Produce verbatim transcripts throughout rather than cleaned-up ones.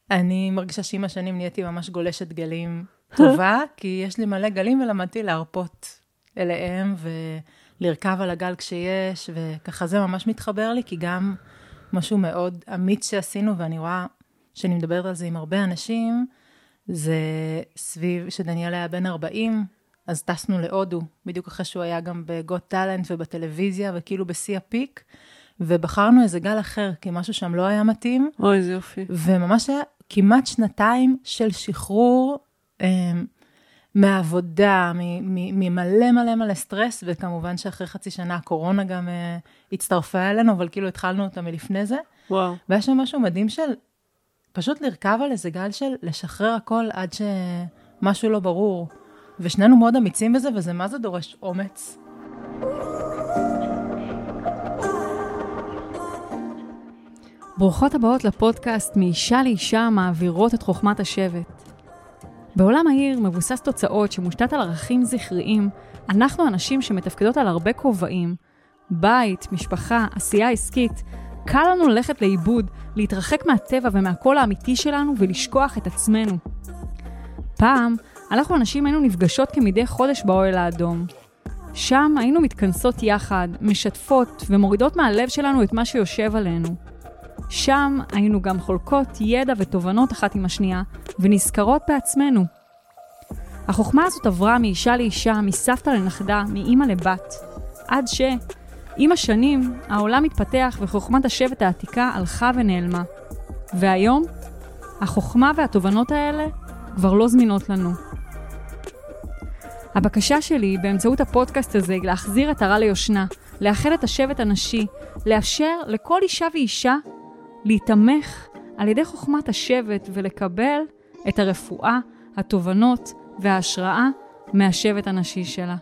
אני מרגישה שעם השנים נהייתי ממש גולשת גלים טובה, כי יש לי מלא גלים ולמדתי להרפות אליהם, ולרכב על הגל כשיש, וככה זה ממש מתחבר לי, כי גם משהו מאוד אמיץ שעשינו, ואני רואה שאני מדברת על זה עם הרבה אנשים, זה סביב שדניאל היה בן ארבעים, אז טסנו להודו, בדיוק אחרי שהוא היה גם בגוט טלנט ובטלוויזיה, וכאילו בשיא הפיק, ובחרנו איזה גל אחר, כי משהו שם לא היה מתאים. אוי, איזה יופי. וממש היה כמעט שנתיים של שחרור אה, מהעבודה, ממלא מלא מלא סטרס, וכמובן שאחרי חצי שנה הקורונה גם אה, הצטרפה אלינו, אבל כאילו התחלנו אותה מלפני זה. וואו. והיה שם משהו מדהים של פשוט לרכב על איזה גל של לשחרר הכל עד שמשהו לא ברור. ושנינו מאוד אמיצים בזה, וזה מה זה דורש אומץ. ברוכות הבאות לפודקאסט מאישה לאישה מעבירות את חוכמת השבט. בעולם העיר מבוסס תוצאות שמושתת על ערכים זכריים, אנחנו אנשים שמתפקדות על הרבה כובעים, בית, משפחה, עשייה עסקית, קל לנו ללכת לאיבוד, להתרחק מהטבע ומהקול האמיתי שלנו ולשכוח את עצמנו. פעם, אנחנו אנשים היינו נפגשות כמדי חודש באוהל האדום. שם היינו מתכנסות יחד, משתפות ומורידות מהלב שלנו את מה שיושב עלינו. שם היינו גם חולקות ידע ותובנות אחת עם השנייה, ונזכרות בעצמנו. החוכמה הזאת עברה מאישה לאישה, מסבתא לנכדה, מאמא לבת, עד ש... עם השנים, העולם התפתח וחוכמת השבט העתיקה הלכה ונעלמה. והיום, החוכמה והתובנות האלה כבר לא זמינות לנו. הבקשה שלי באמצעות הפודקאסט הזה היא להחזיר את הרע ליושנה, לאחד את השבט הנשי, לאפשר לכל אישה ואישה להתמך על ידי חוכמת השבט ולקבל את הרפואה, התובנות וההשראה מהשבט הנשי שלה.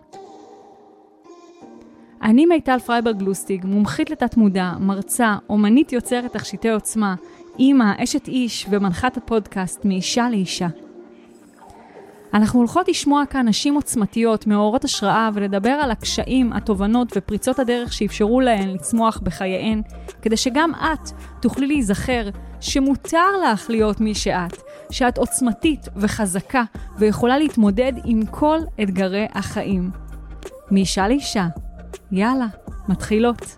אני מיטל פרייברג לוסטיג, מומחית לתת מודע, מרצה, אומנית יוצרת תכשיטי עוצמה, אימא, אשת איש ומנחת הפודקאסט מאישה לאישה. אנחנו הולכות לשמוע כאן נשים עוצמתיות, מאורות השראה, ולדבר על הקשיים, התובנות ופריצות הדרך שאפשרו להן לצמוח בחייהן, כדי שגם את תוכלי להיזכר שמותר לך להיות מי שאת, שאת עוצמתית וחזקה ויכולה להתמודד עם כל אתגרי החיים. מאישה לאישה. יאללה, מתחילות.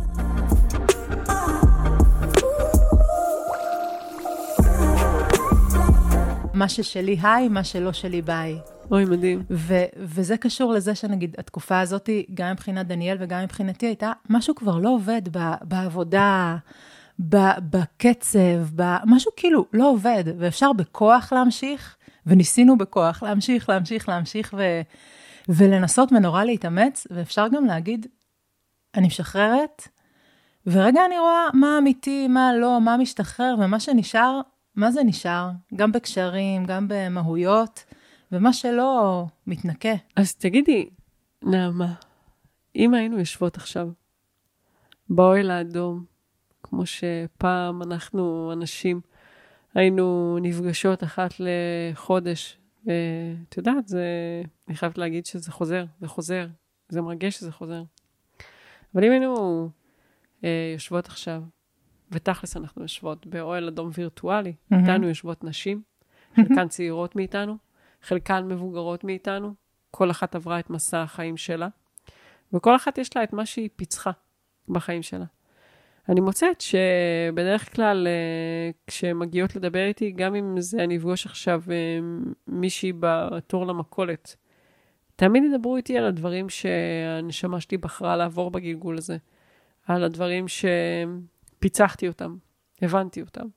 מה ששלי היי, מה שלא שלי ביי. אוי, מדהים. ו- וזה קשור לזה שנגיד, התקופה הזאת, גם מבחינת דניאל וגם מבחינתי, הייתה משהו כבר לא עובד ב- בעבודה, ב- בקצב, ב- משהו כאילו לא עובד, ואפשר בכוח להמשיך, וניסינו בכוח להמשיך, להמשיך, להמשיך, ו- ולנסות ונורא להתאמץ, ואפשר גם להגיד, אני משחררת, ורגע אני רואה מה אמיתי, מה לא, מה משתחרר, ומה שנשאר, מה זה נשאר? גם בקשרים, גם במהויות, ומה שלא מתנקה. אז תגידי, נעמה, אם היינו יושבות עכשיו באוהל האדום, כמו שפעם אנחנו אנשים היינו נפגשות אחת לחודש, ואת יודעת, זה, אני חייבת להגיד שזה חוזר, זה חוזר, זה מרגש שזה חוזר. אבל אם היינו אה, יושבות עכשיו, ותכלס אנחנו יושבות באוהל אדום וירטואלי, mm-hmm. איתנו יושבות נשים, חלקן צעירות מאיתנו, חלקן מבוגרות מאיתנו, כל אחת עברה את מסע החיים שלה, וכל אחת יש לה את מה שהיא פיצחה בחיים שלה. אני מוצאת שבדרך כלל, כשמגיעות לדבר איתי, גם אם זה אני אפגוש עכשיו מישהי בתור למקולת, תמיד ידברו איתי על הדברים שהנשמה שלי בחרה לעבור בגלגול הזה, על הדברים שפיצחתי אותם, הבנתי אותם.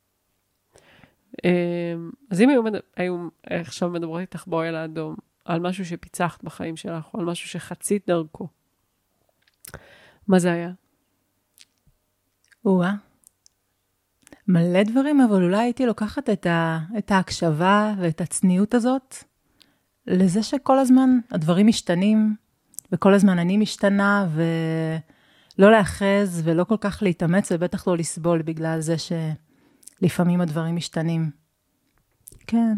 אז אם היו, היו עכשיו מדברות איתך באוהל האדום, על משהו שפיצחת בחיים שלך, או על משהו שחצית דרכו, מה זה היה? וואה, מלא דברים, אבל אולי הייתי לוקחת את, ה, את ההקשבה ואת הצניעות הזאת, לזה שכל הזמן הדברים משתנים, וכל הזמן אני משתנה, ולא לאחז ולא כל כך להתאמץ, ובטח לא לסבול בגלל זה שלפעמים הדברים משתנים. כן.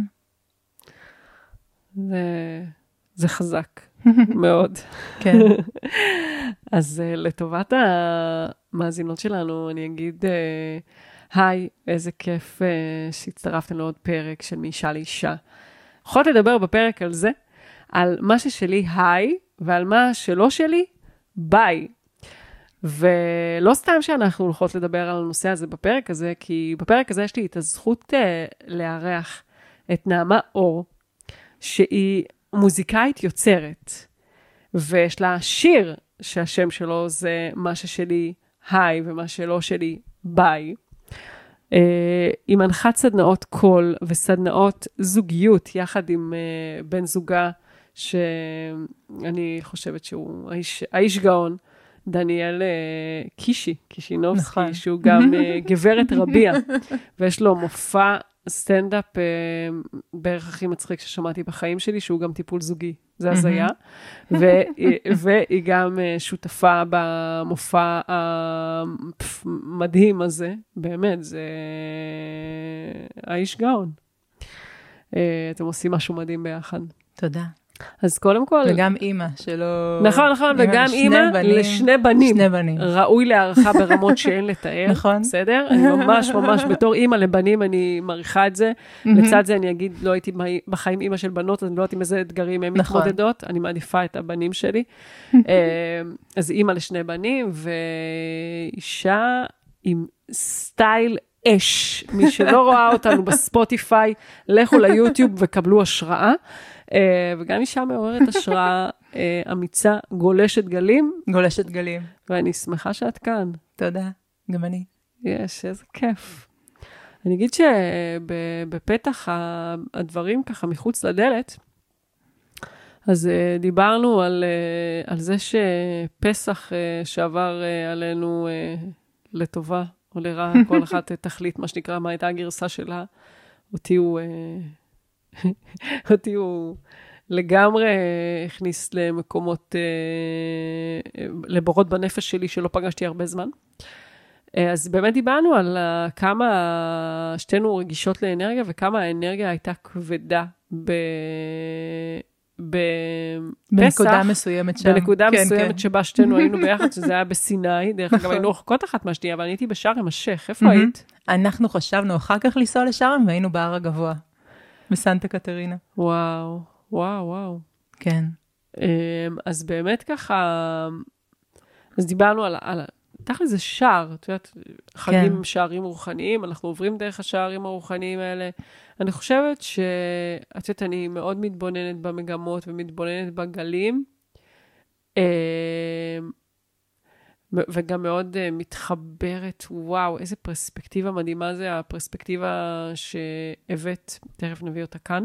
זה, זה חזק מאוד. כן. אז לטובת המאזינות שלנו, אני אגיד, היי, איזה כיף uh, שהצטרפתם לעוד פרק של מאישה לאישה. יכולת לדבר בפרק על זה, על מה ששלי היי, ועל מה שלא שלי ביי. ולא סתם שאנחנו הולכות לדבר על הנושא הזה בפרק הזה, כי בפרק הזה יש לי את הזכות uh, לארח את נעמה אור, שהיא מוזיקאית יוצרת, ויש לה שיר שהשם שלו זה מה ששלי היי, ומה שלא שלי ביי. Uh, היא מנחת סדנאות קול וסדנאות זוגיות, יחד עם uh, בן זוגה, שאני חושבת שהוא האיש, האיש גאון, דניאל uh, קישי, קישינובסקי, נכון. שהוא גם uh, גברת רביה, ויש לו מופע סטנדאפ uh, בערך הכי מצחיק ששמעתי בחיים שלי, שהוא גם טיפול זוגי, זה הזיה, והיא גם uh, שותפה במופע המדהים הזה, באמת, זה האיש גאון. Uh, אתם עושים משהו מדהים ביחד. תודה. אז קודם כל... וגם אימא שלו... נכון, נכון, וגם אימא לשני בנים. שני בנים. ראוי להערכה ברמות שאין לתאר. נכון. בסדר? אני ממש ממש בתור אימא לבנים, אני מעריכה את זה. לצד זה אני אגיד, לא הייתי בחיים אימא של בנות, אז אני לא יודעת עם איזה אתגרים הן מתמודדות. אני מעדיפה את הבנים שלי. אז אימא לשני בנים, ואישה עם סטייל אש. מי שלא רואה אותנו בספוטיפיי, לכו ליוטיוב וקבלו השראה. Uh, וגם אישה מעוררת השראה uh, אמיצה, גולשת גלים. גולשת גלים. ואני שמחה שאת כאן. תודה, גם אני. יש, איזה כיף. אני אגיד שבפתח הדברים ככה מחוץ לדלת, אז uh, דיברנו על, uh, על זה שפסח uh, שעבר uh, עלינו uh, לטובה או לרע, כל אחת תחליט מה שנקרא, מה הייתה הגרסה שלה, אותי הוא... Uh, אותי הוא לגמרי הכניס למקומות, לבורות בנפש שלי שלא פגשתי הרבה זמן. אז באמת דיברנו על כמה שתינו רגישות לאנרגיה, וכמה האנרגיה הייתה כבדה ב... בפסח. בנקודה מסוימת שם. בנקודה כן, מסוימת כן. שבה שתינו היינו ביחד, שזה היה בסיני. דרך אגב, היינו רחוקות אחת מהשנייה, אבל אני הייתי בשארם א-שייח. איפה היית? אנחנו חשבנו אחר כך לנסוע לשארם, והיינו בהר הגבוה. בסנטה קטרינה. וואו, וואו, וואו. כן. אז באמת ככה, אז דיברנו על, על תכל'ס זה שער, את יודעת, חגים כן. שערים רוחניים, אנחנו עוברים דרך השערים הרוחניים האלה. אני חושבת שאת יודעת, אני מאוד מתבוננת במגמות ומתבוננת בגלים, וגם מאוד מתחברת, וואו, איזה פרספקטיבה מדהימה זה, הפרספקטיבה שהבאת, תכף נביא אותה כאן,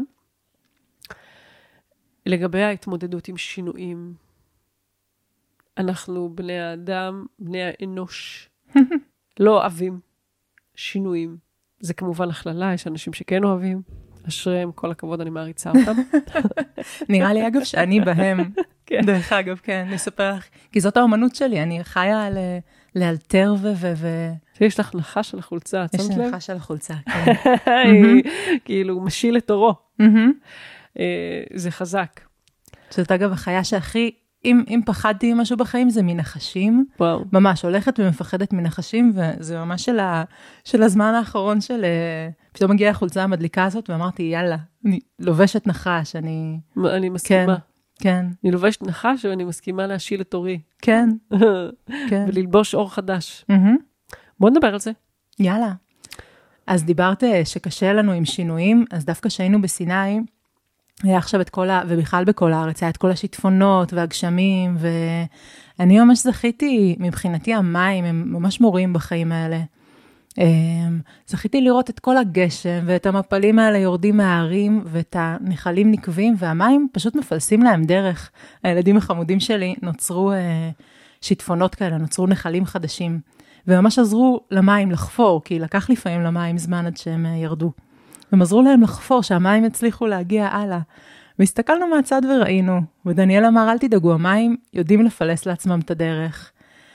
לגבי ההתמודדות עם שינויים. אנחנו בני האדם, בני האנוש, לא אוהבים שינויים. זה כמובן הכללה, יש אנשים שכן אוהבים, אשריהם, כל הכבוד, אני מעריצה אותם. נראה לי אגב שאני בהם, דרך אגב, כן, נספר לך, כי זאת האומנות שלי, אני חיה לאלתר ו... יש לך נחש על החולצה, את שמת לב? יש לי נחש על החולצה, כן. כאילו, משיל את אורו. זה חזק. זאת אגב החיה שהכי, אם פחדתי משהו בחיים, זה מנחשים. וואו. ממש, הולכת ומפחדת מנחשים, וזה ממש של הזמן האחרון של... פתאום הגיעה החולצה המדליקה הזאת, ואמרתי, יאללה, אני לובשת נחש, אני... אני מסכימה. כן. אני לובשת נחש, ואני מסכימה להשיל את אורי. כן. כן. וללבוש אור חדש. בוא נדבר על זה. יאללה. אז דיברת שקשה לנו עם שינויים, אז דווקא שהיינו בסיני, היה עכשיו את כל ה... ובכלל בכל הארץ, היה את כל השיטפונות והגשמים, ואני ממש זכיתי, מבחינתי המים, הם ממש מורים בחיים האלה. זכיתי לראות את כל הגשם, ואת המפלים האלה יורדים מהערים, ואת הנחלים נקבים, והמים פשוט מפלסים להם דרך. הילדים החמודים שלי נוצרו שיטפונות כאלה, נוצרו נחלים חדשים, וממש עזרו למים לחפור, כי לקח לפעמים למים זמן עד שהם ירדו. הם עזרו להם לחפור, שהמים הצליחו להגיע הלאה. והסתכלנו מהצד וראינו, ודניאל אמר, אל תדאגו, המים יודעים לפלס לעצמם את הדרך.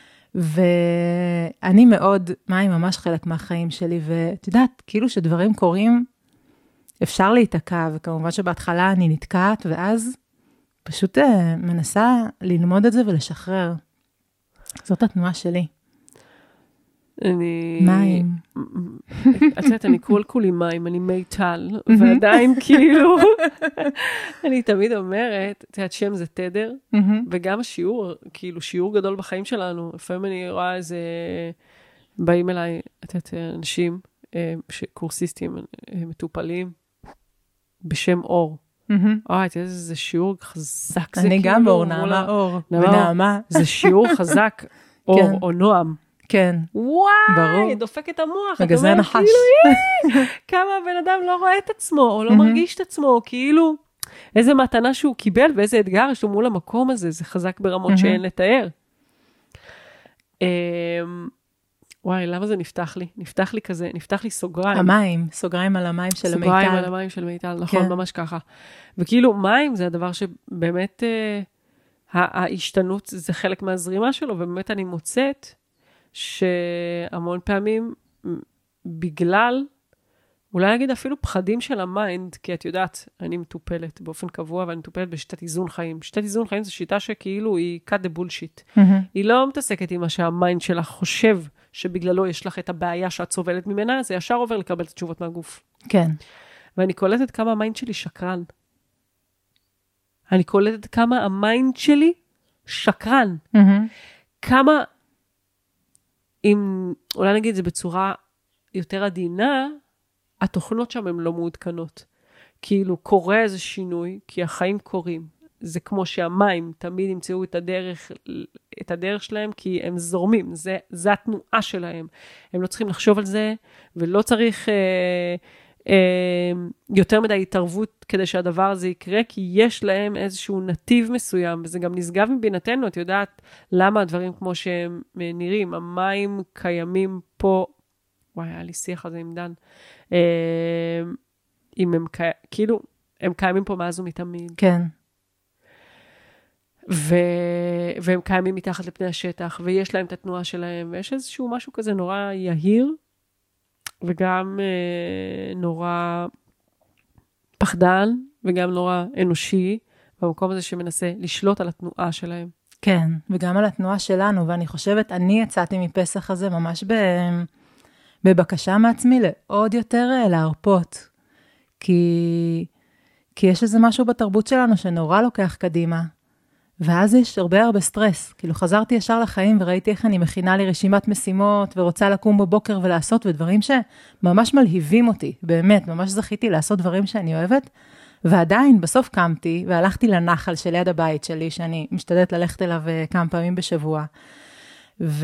ואני מאוד, מים ממש חלק מהחיים שלי, ואת יודעת, כאילו שדברים קורים, אפשר להתעקע, וכמובן שבהתחלה אני נתקעת, ואז פשוט מנסה ללמוד את זה ולשחרר. זאת התנועה שלי. אני... מים. את יודעת, אני כל כולי מים, אני מי טל, ועדיין כאילו, אני תמיד אומרת, את יודעת, שם זה תדר, וגם השיעור, כאילו שיעור גדול בחיים שלנו, לפעמים אני רואה איזה, באים אליי, את יודעת, אנשים, קורסיסטים, מטופלים, בשם אור. אוי, את יודעת, זה שיעור חזק. אני גם אור, נעמה אור, ונעמה. זה שיעור חזק, אור או נועם. כן. וואי, דופק את המוח. רגע, זה נחש. כמה הבן אדם לא רואה את עצמו, או לא מרגיש את עצמו, כאילו, איזה מתנה שהוא קיבל, ואיזה אתגר יש לו מול המקום הזה, זה חזק ברמות שאין לתאר. וואי, למה זה נפתח לי? נפתח לי כזה, נפתח לי סוגריים. המים, סוגריים על המים של המיטל. סוגריים על המים של המיטל, נכון, ממש ככה. וכאילו, מים זה הדבר שבאמת, ההשתנות זה חלק מהזרימה שלו, ובאמת אני מוצאת, שהמון פעמים, בגלל, אולי נגיד אפילו פחדים של המיינד, כי את יודעת, אני מטופלת באופן קבוע, ואני מטופלת בשיטת איזון חיים. שיטת איזון חיים זו שיטה שכאילו היא cut the bullshit. Mm-hmm. היא לא מתעסקת עם מה שהמיינד שלך חושב, שבגללו יש לך את הבעיה שאת סובלת ממנה, זה ישר עובר לקבל את התשובות מהגוף. כן. ואני קולטת כמה המיינד שלי שקרן. אני קולטת כמה המיינד שלי שקרן. Mm-hmm. כמה... אם, אולי נגיד זה בצורה יותר עדינה, התוכנות שם הן לא מעודכנות. כאילו קורה איזה שינוי, כי החיים קורים. זה כמו שהמים תמיד ימצאו את הדרך, את הדרך שלהם, כי הם זורמים. זה, זה התנועה שלהם. הם לא צריכים לחשוב על זה, ולא צריך אה, אה, יותר מדי התערבות כדי שהדבר הזה יקרה, כי יש להם איזשהו נתיב מסוים, וזה גם נשגב מבינתנו, את יודעת למה הדברים כמו שהם נראים, המים קיימים פה, וואי, היה לי שיח על זה עם דן, אה, אם הם, כאילו, הם קיימים פה מאז ומתמיד. כן. ו... והם קיימים מתחת לפני השטח, ויש להם את התנועה שלהם, ויש איזשהו משהו כזה נורא יהיר, וגם אה, נורא פחדן, וגם נורא אנושי, במקום הזה שמנסה לשלוט על התנועה שלהם. כן, וגם על התנועה שלנו, ואני חושבת, אני יצאתי מפסח הזה ממש ב... בבקשה מעצמי לעוד יותר להרפות, כי... כי יש איזה משהו בתרבות שלנו שנורא לוקח קדימה, ואז יש הרבה הרבה סטרס. כאילו חזרתי ישר לחיים וראיתי איך אני מכינה לי רשימת משימות ורוצה לקום בבוקר ולעשות, ודברים שממש מלהיבים אותי, באמת, ממש זכיתי לעשות דברים שאני אוהבת, ועדיין בסוף קמתי והלכתי לנחל שליד הבית שלי, שאני משתדלת ללכת אליו כמה פעמים בשבוע, ו...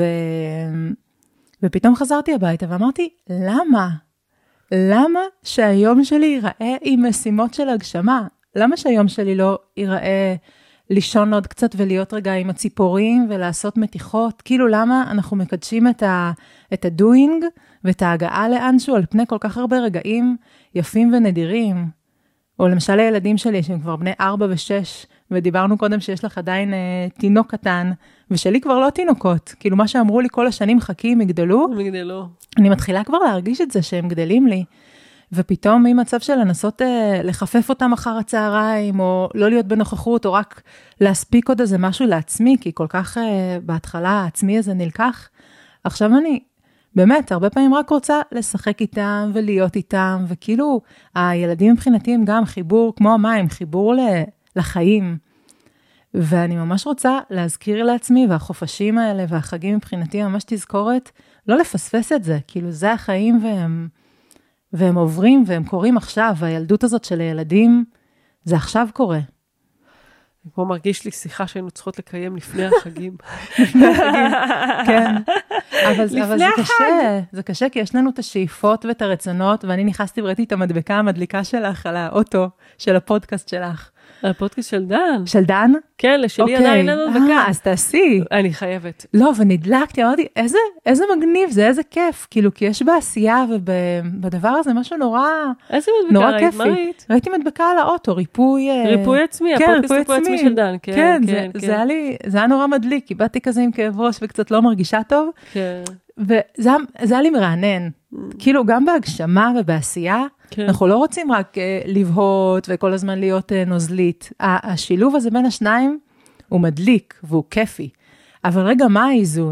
ופתאום חזרתי הביתה ואמרתי, למה? למה שהיום שלי ייראה עם משימות של הגשמה? למה שהיום שלי לא ייראה לישון עוד קצת ולהיות רגע עם הציפורים ולעשות מתיחות? כאילו למה אנחנו מקדשים את ה, את הדוינג ואת ההגעה לאנשהו על פני כל כך הרבה רגעים יפים ונדירים? או למשל הילדים שלי שהם כבר בני ארבע ושש, ודיברנו קודם שיש לך עדיין אה, תינוק קטן, ושלי כבר לא תינוקות. כאילו מה שאמרו לי כל השנים, חכי, הם יגדלו. הם יגדלו. אני מתחילה כבר להרגיש את זה שהם גדלים לי. ופתאום ממצב של לנסות אה, לחפף אותם אחר הצהריים, או לא להיות בנוכחות, או רק להספיק עוד איזה משהו לעצמי, כי כל כך אה, בהתחלה העצמי הזה נלקח. עכשיו אני באמת הרבה פעמים רק רוצה לשחק איתם ולהיות איתם, וכאילו הילדים מבחינתי הם גם חיבור כמו המים, חיבור ל, לחיים. ואני ממש רוצה להזכיר לעצמי, והחופשים האלה והחגים מבחינתי ממש תזכורת, לא לפספס את זה, כאילו זה החיים והם... והם עוברים והם קוראים עכשיו, והילדות הזאת של הילדים, זה עכשיו קורה. כמו מרגיש לי שיחה שהיינו צריכות לקיים לפני החגים. לפני החגים, כן. אבל זה קשה, זה קשה, כי יש לנו את השאיפות ואת הרצונות, ואני נכנסתי וראיתי את המדבקה המדליקה שלך על האוטו של הפודקאסט שלך. הפודקאסט של דן. של דן? כן, לשלי עדיין אין מדבקה. אה, אז תעשי. אני חייבת. לא, ונדלקתי, אמרתי, איזה, איזה מגניב זה, איזה כיף. כאילו, כי יש בעשייה ובדבר הזה משהו נורא, איזה מדבקה נורא ראית? כיפי. מה ראית? ראיתי מדבקה על האוטו, ריפוי... ריפוי עצמי, כן, הפודקאסט ריפוי עצמי של דן. כן, כן, כן, זה, כן. זה היה לי, זה היה נורא מדליק, כי באתי כזה עם כאב ראש וקצת לא מרגישה טוב. כן. וזה היה לי מרענן. כאילו, גם בהגשמה ובעשייה, כן. אנחנו לא רוצים רק uh, לבהות וכל הזמן להיות uh, נוזלית. השילוב הזה בין השניים הוא מדליק והוא כיפי. אבל רגע, מה האיזון?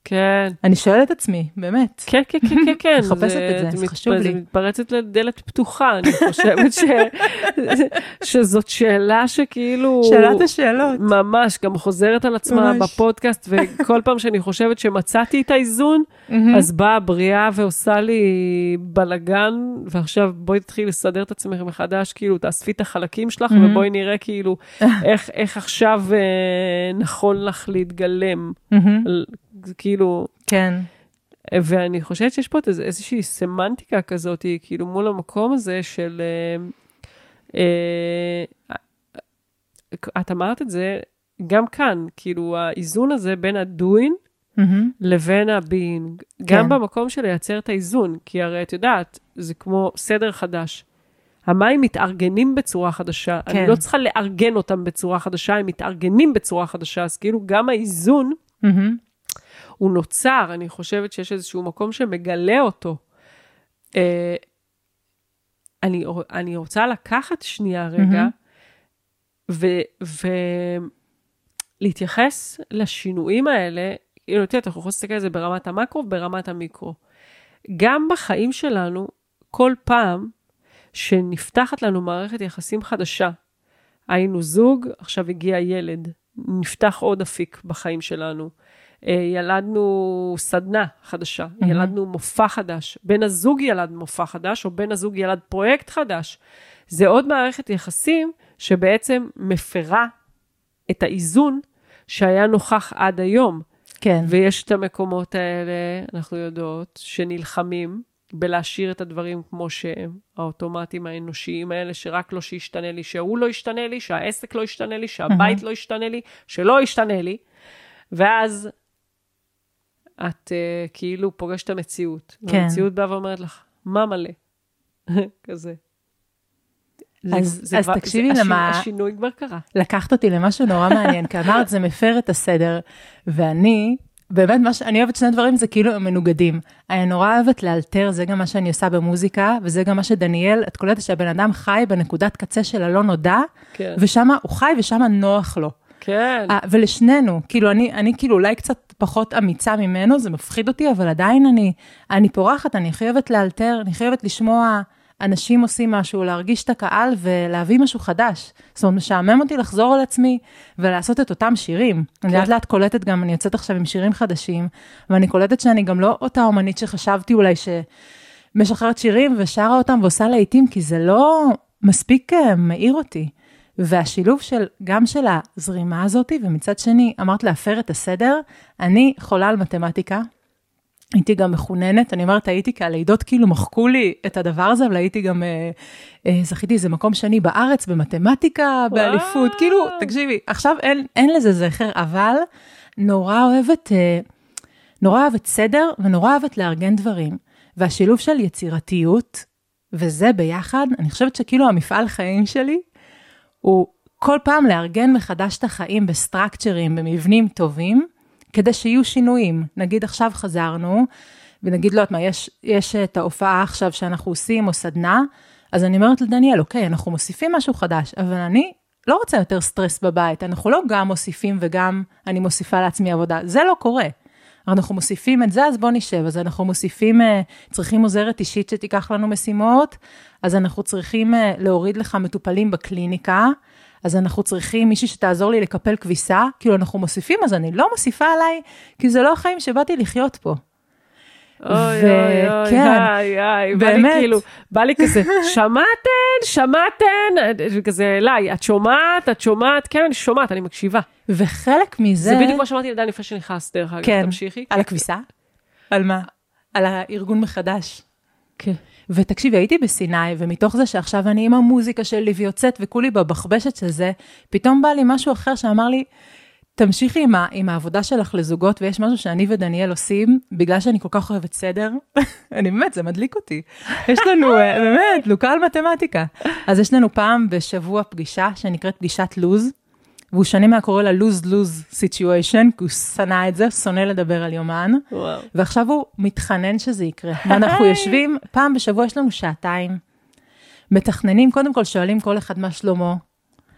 כן. אני שואלת את עצמי, באמת. כן, כן, כן, כן, כן. מחפשת את זה, זה חשוב לי. זה מתפרצת לדלת פתוחה, אני חושבת ש... שזאת שאלה שכאילו... שאלת השאלות. ממש, גם חוזרת על עצמה ממש. בפודקאסט, וכל פעם שאני חושבת שמצאתי את האיזון, אז באה הבריאה ועושה לי בלגן, ועכשיו בואי תתחיל לסדר את עצמך מחדש, כאילו, תאספי את החלקים שלך, ובואי נראה כאילו, איך, איך עכשיו נכון לך להתגלם. כאילו... כן. ואני חושבת שיש פה איזושהי סמנטיקה כזאת, כאילו מול המקום הזה של... את אמרת את זה, גם כאן, כאילו האיזון הזה בין ה-doing לבין ה-being, גם במקום של לייצר את האיזון, כי הרי את יודעת, זה כמו סדר חדש. המים מתארגנים בצורה חדשה, אני לא צריכה לארגן אותם בצורה חדשה, הם מתארגנים בצורה חדשה, אז כאילו גם האיזון, הוא נוצר, אני חושבת שיש איזשהו מקום שמגלה אותו. אה, אני, אני רוצה לקחת שנייה רגע, ולהתייחס לשינויים האלה, כאילו, אתה יכול להסתכל על זה ברמת המקרו וברמת המיקרו. גם בחיים שלנו, כל פעם שנפתחת לנו מערכת יחסים חדשה, היינו זוג, עכשיו הגיע ילד, נפתח עוד אפיק בחיים שלנו, ילדנו סדנה חדשה, mm-hmm. ילדנו מופע חדש, בן הזוג ילד מופע חדש, או בן הזוג ילד פרויקט חדש. זה עוד מערכת יחסים שבעצם מפרה את האיזון שהיה נוכח עד היום. כן. ויש את המקומות האלה, אנחנו יודעות, שנלחמים בלהשאיר את הדברים כמו שהם, האוטומטים האנושיים האלה, שרק לא שישתנה לי, שהוא לא ישתנה לי, שהעסק לא ישתנה לי, שהבית mm-hmm. לא ישתנה לי, שלא ישתנה לי, ואז את uh, כאילו פוגשת המציאות. כן. המציאות באה ואומרת לך, מה מלא? כזה. אז, זה, אז זה תקשיבי זה, למה... השינוי כבר קרה. לקחת אותי למשהו נורא מעניין, כי אמרת, זה מפר את הסדר, ואני, באמת, מה ש... אני אוהבת שני דברים, זה כאילו הם מנוגדים. אני נורא אוהבת לאלתר, זה גם מה שאני עושה במוזיקה, וזה גם מה שדניאל, את קולטת שהבן אדם חי בנקודת קצה של הלא נודע, כן. ושמה הוא חי ושמה נוח לו. כן. ולשנינו, כאילו, אני, אני כאילו אולי קצת פחות אמיצה ממנו, זה מפחיד אותי, אבל עדיין אני, אני פורחת, אני חייבת לאלתר, אני חייבת לשמוע אנשים עושים משהו, להרגיש את הקהל ולהביא משהו חדש. זאת אומרת, משעמם אותי לחזור על עצמי ולעשות את אותם שירים. כן. אני לאט לאט קולטת גם, אני יוצאת עכשיו עם שירים חדשים, ואני קולטת שאני גם לא אותה אומנית שחשבתי אולי שמשחררת שירים ושרה אותם ועושה לעיתים, כי זה לא מספיק מאיר אותי. והשילוב של, גם של הזרימה הזאת, ומצד שני, אמרת להפר את הסדר, אני חולה על מתמטיקה, הייתי גם מכוננת, אני אומרת, הייתי כי הלידות כאילו מחקו לי את הדבר הזה, אבל הייתי גם, אה, אה, זכיתי איזה מקום שני בארץ, במתמטיקה, באליפות, כאילו, תקשיבי, עכשיו אין, אין לזה זכר, אבל נורא אוהבת, אה, נורא אוהבת סדר, ונורא אוהבת לארגן דברים, והשילוב של יצירתיות, וזה ביחד, אני חושבת שכאילו המפעל חיים שלי, הוא כל פעם לארגן מחדש את החיים בסטרקצ'רים, במבנים טובים, כדי שיהיו שינויים. נגיד עכשיו חזרנו, ונגיד לא, מה, יש, יש את ההופעה עכשיו שאנחנו עושים, או סדנה, אז אני אומרת לדניאל, אוקיי, אנחנו מוסיפים משהו חדש, אבל אני לא רוצה יותר סטרס בבית, אנחנו לא גם מוסיפים וגם אני מוסיפה לעצמי עבודה, זה לא קורה. אנחנו מוסיפים את זה, אז בוא נשב, אז אנחנו מוסיפים, צריכים עוזרת אישית שתיקח לנו משימות, אז אנחנו צריכים להוריד לך מטופלים בקליניקה, אז אנחנו צריכים מישהי שתעזור לי לקפל כביסה, כאילו אנחנו מוסיפים, אז אני לא מוסיפה עליי, כי זה לא החיים שבאתי לחיות פה. אוי, אוי, אוי, איי, איי, בא לי כאילו, בא לי כזה, שמעתן, שמעתן, וכזה אליי, את שומעת, את שומעת, כן, אני שומעת, אני מקשיבה. וחלק מזה... זה בדיוק מה שמעתי לדעת לפני שנכנס, דרך אגב, כן, תמשיכי. על הכביסה? על מה? על הארגון מחדש. כן. ותקשיבי, הייתי בסיני, ומתוך זה שעכשיו אני עם המוזיקה שלי ויוצאת, וכולי בבחבשת של זה, פתאום בא לי משהו אחר שאמר לי, תמשיכי עם, עם העבודה שלך לזוגות, ויש משהו שאני ודניאל עושים, בגלל שאני כל כך אוהבת סדר, אני באמת, זה מדליק אותי. יש לנו, באמת, לוקה על מתמטיקה. אז יש לנו פעם בשבוע פגישה, שנקראת פגישת לוז, והוא שנים מה קורא לה lose-lose situation, כי הוא שנא את זה, שונא לדבר על יומן, וואו. ועכשיו הוא מתחנן שזה יקרה. ואנחנו יושבים, פעם בשבוע יש לנו שעתיים, מתכננים, קודם כל שואלים כל אחד מה שלמה,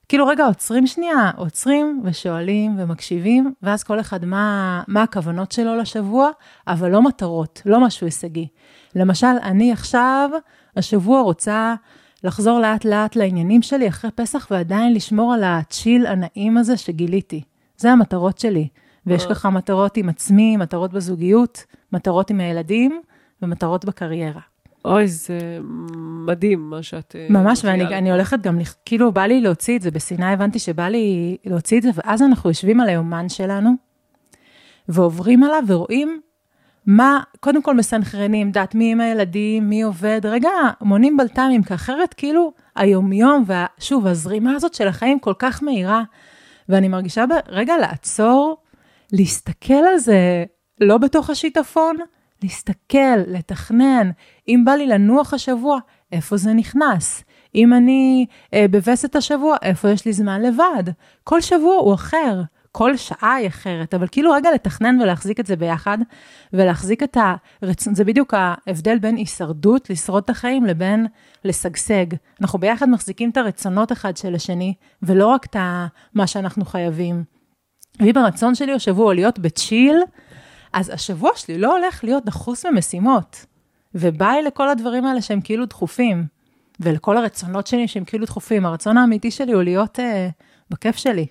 כאילו רגע עוצרים שנייה, עוצרים ושואלים ומקשיבים, ואז כל אחד מה, מה הכוונות שלו לשבוע, אבל לא מטרות, לא משהו הישגי. למשל, אני עכשיו, השבוע רוצה לחזור לאט לאט לעניינים שלי אחרי פסח, ועדיין לשמור על הצ'יל הנעים הזה שגיליתי. זה המטרות שלי. ויש ככה מטרות עם עצמי, מטרות בזוגיות, מטרות עם הילדים, ומטרות בקריירה. אוי, זה מדהים מה שאת... ממש, ואני אני הולכת גם, כאילו בא לי להוציא את זה, בסיני הבנתי שבא לי להוציא את זה, ואז אנחנו יושבים על היומן שלנו, ועוברים עליו ורואים מה, קודם כל מסנכרנים, דעת מי עם הילדים, מי עובד, רגע, מונים בלת"מים, כי אחרת כאילו היומיום, ושוב, הזרימה הזאת של החיים כל כך מהירה, ואני מרגישה ברגע לעצור, להסתכל על זה, לא בתוך השיטפון, להסתכל, לתכנן, אם בא לי לנוח השבוע, איפה זה נכנס? אם אני אה, בווסת השבוע, איפה יש לי זמן לבד? כל שבוע הוא אחר, כל שעה היא אחרת, אבל כאילו רגע לתכנן ולהחזיק את זה ביחד, ולהחזיק את הרצון, זה בדיוק ההבדל בין הישרדות, לשרוד את החיים, לבין לשגשג. אנחנו ביחד מחזיקים את הרצונות אחד של השני, ולא רק את מה שאנחנו חייבים. ואם הרצון שלי השבוע להיות בצ'יל, אז השבוע שלי לא הולך להיות דחוס במשימות, וביי לכל הדברים האלה שהם כאילו דחופים, ולכל הרצונות שלי שהם כאילו דחופים. הרצון האמיתי שלי הוא להיות אה, בכיף שלי.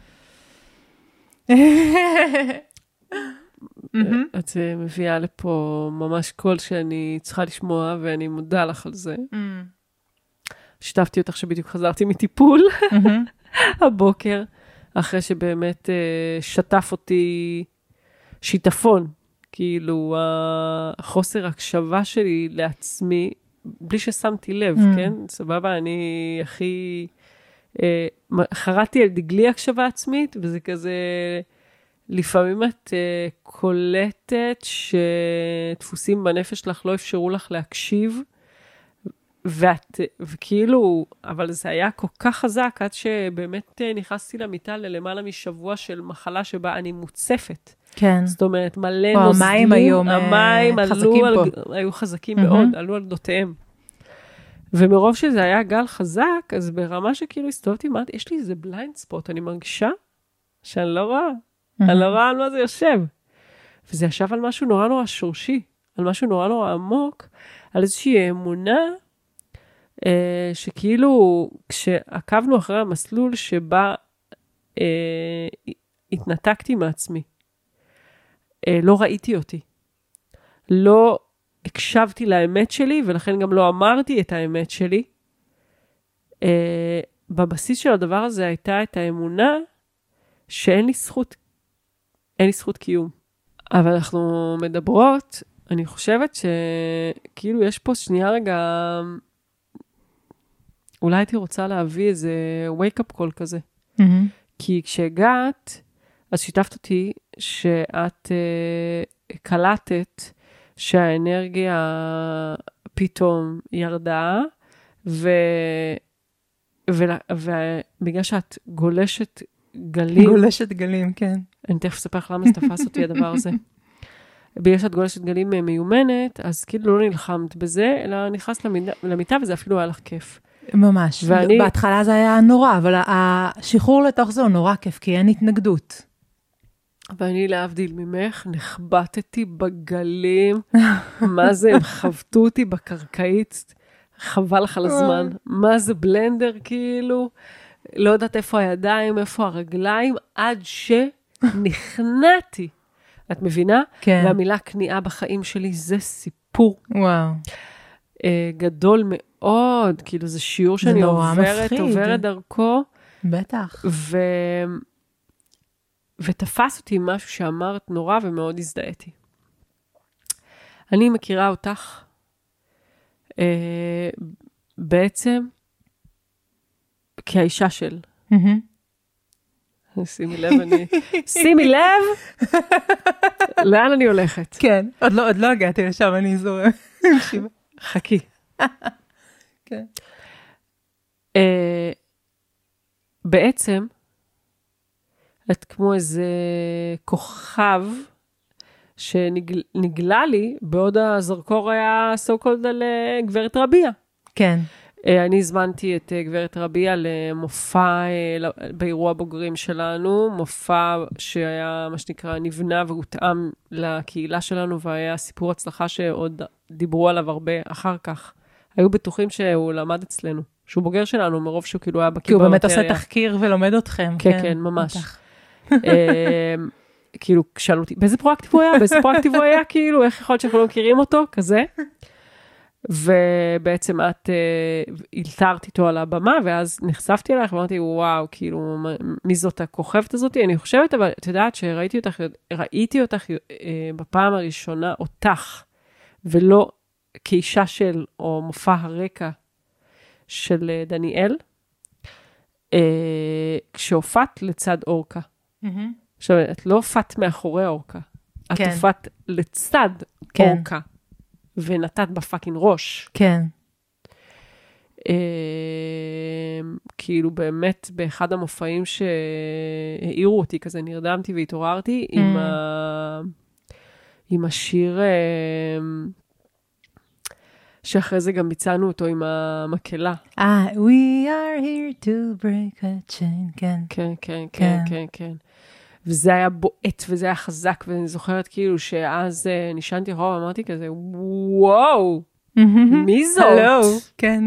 את מביאה לפה ממש קול שאני צריכה לשמוע, ואני מודה לך על זה. שיתפתי אותך שבדיוק חזרתי מטיפול הבוקר, אחרי שבאמת שטף אותי שיטפון, כאילו החוסר הקשבה שלי לעצמי, בלי ששמתי לב, כן? סבבה, אני הכי... חרדתי על דגלי הקשבה עצמית, וזה כזה... לפעמים את קולטת שדפוסים בנפש שלך לא אפשרו לך להקשיב, ואת, וכאילו, אבל זה היה כל כך חזק, עד שבאמת נכנסתי למיטה ללמעלה משבוע של מחלה שבה אני מוצפת. כן. זאת אומרת, מלא נוזלים. המים היום המים חזקים עלו פה. על, היו חזקים mm-hmm. מאוד, עלו על גדותיהם. ומרוב שזה היה גל חזק, אז ברמה שכאילו הסתובבתי, אמרתי, יש לי איזה בליינד ספוט, אני מרגישה שאני לא רואה. Mm-hmm. אני לא רואה על מה זה יושב. וזה ישב על משהו נורא נורא שורשי, על משהו נורא נורא עמוק, על איזושהי אמונה, אה, שכאילו, כשעקבנו אחרי המסלול שבה אה, התנתקתי מעצמי, אה, לא ראיתי אותי, לא הקשבתי לאמת שלי, ולכן גם לא אמרתי את האמת שלי, אה, בבסיס של הדבר הזה הייתה את האמונה, שאין לי זכות, אין לי זכות קיום. אבל אנחנו מדברות, אני חושבת שכאילו יש פה שנייה רגע, אולי הייתי רוצה להביא איזה wake-up call כזה. Mm-hmm. כי כשהגעת, אז שיתפת אותי שאת uh, קלטת שהאנרגיה פתאום ירדה, ו... ובגלל שאת גולשת גלים. גולשת גלים, כן. אני תכף אספר לך למה זה תפס אותי הדבר הזה. בגלל שאת גולשת גלים מיומנת, אז כאילו לא נלחמת בזה, אלא נכנסת למיטה, וזה אפילו היה לך כיף. ממש. ואני... בהתחלה זה היה נורא, אבל השחרור לתוך זה הוא נורא כיף, כי אין התנגדות. ואני להבדיל ממך, נחבטתי בגלים, מה זה, הם חבטו אותי בקרקעית, חבל לך על הזמן. מה זה בלנדר כאילו? לא יודעת איפה הידיים, איפה הרגליים, עד שנכנעתי. את מבינה? כן. והמילה כניעה בחיים שלי זה סיפור. וואו. Uh, גדול מאוד, כאילו זה שיעור שאני זה עוברת, עוברת דרכו. בטח. ו... ותפס אותי משהו שאמרת נורא ומאוד הזדהיתי. אני מכירה אותך, uh, בעצם, כאישה של. שימי לב, אני... שימי לב! לאן אני הולכת? כן, עוד לא, עוד לא הגעתי לשם, אני זורם. חכי. כן. בעצם, את כמו איזה כוכב שנגלה לי, בעוד הזרקור היה so called על גברת רביה. כן. אני הזמנתי את גברת רביע למופע באירוע בוגרים שלנו, מופע שהיה מה שנקרא נבנה והותאם לקהילה שלנו, והיה סיפור הצלחה שעוד דיברו עליו הרבה אחר כך. היו בטוחים שהוא למד אצלנו, שהוא בוגר שלנו, מרוב שהוא כאילו היה בקיא כי הוא באמת עושה תחקיר ולומד אתכם. כן, כן, ממש. כאילו, שאלו אותי, באיזה פרואקטיב הוא היה? באיזה פרואקטיב הוא היה? כאילו, איך יכול להיות שאנחנו לא מכירים אותו? כזה. ובעצם את הלתרת איתו על הבמה, ואז נחשפתי אלייך, ואמרתי, וואו, כאילו, מי זאת הכוכבת הזאת? אני חושבת, אבל את יודעת שראיתי אותך, ראיתי אותך בפעם הראשונה, אותך, ולא כאישה של, או מופע הרקע של דניאל, כשהופעת לצד אורקה. עכשיו, את לא הופעת מאחורי אורקה, את הופעת לצד אורקה. ונתת בפאקינג ראש. כן. כאילו באמת באחד המופעים שהעירו אותי, כזה נרדמתי והתעוררתי עם ה... עם השיר שאחרי זה גם ביצענו אותו עם המקהלה. אה, we are here to break a chain, כן. כן, כן, כן, כן, כן. וזה היה בועט, וזה היה חזק, ואני זוכרת כאילו שאז uh, נשענתי אחורה, אמרתי כזה, וואו, מי זאת? הלו, כן.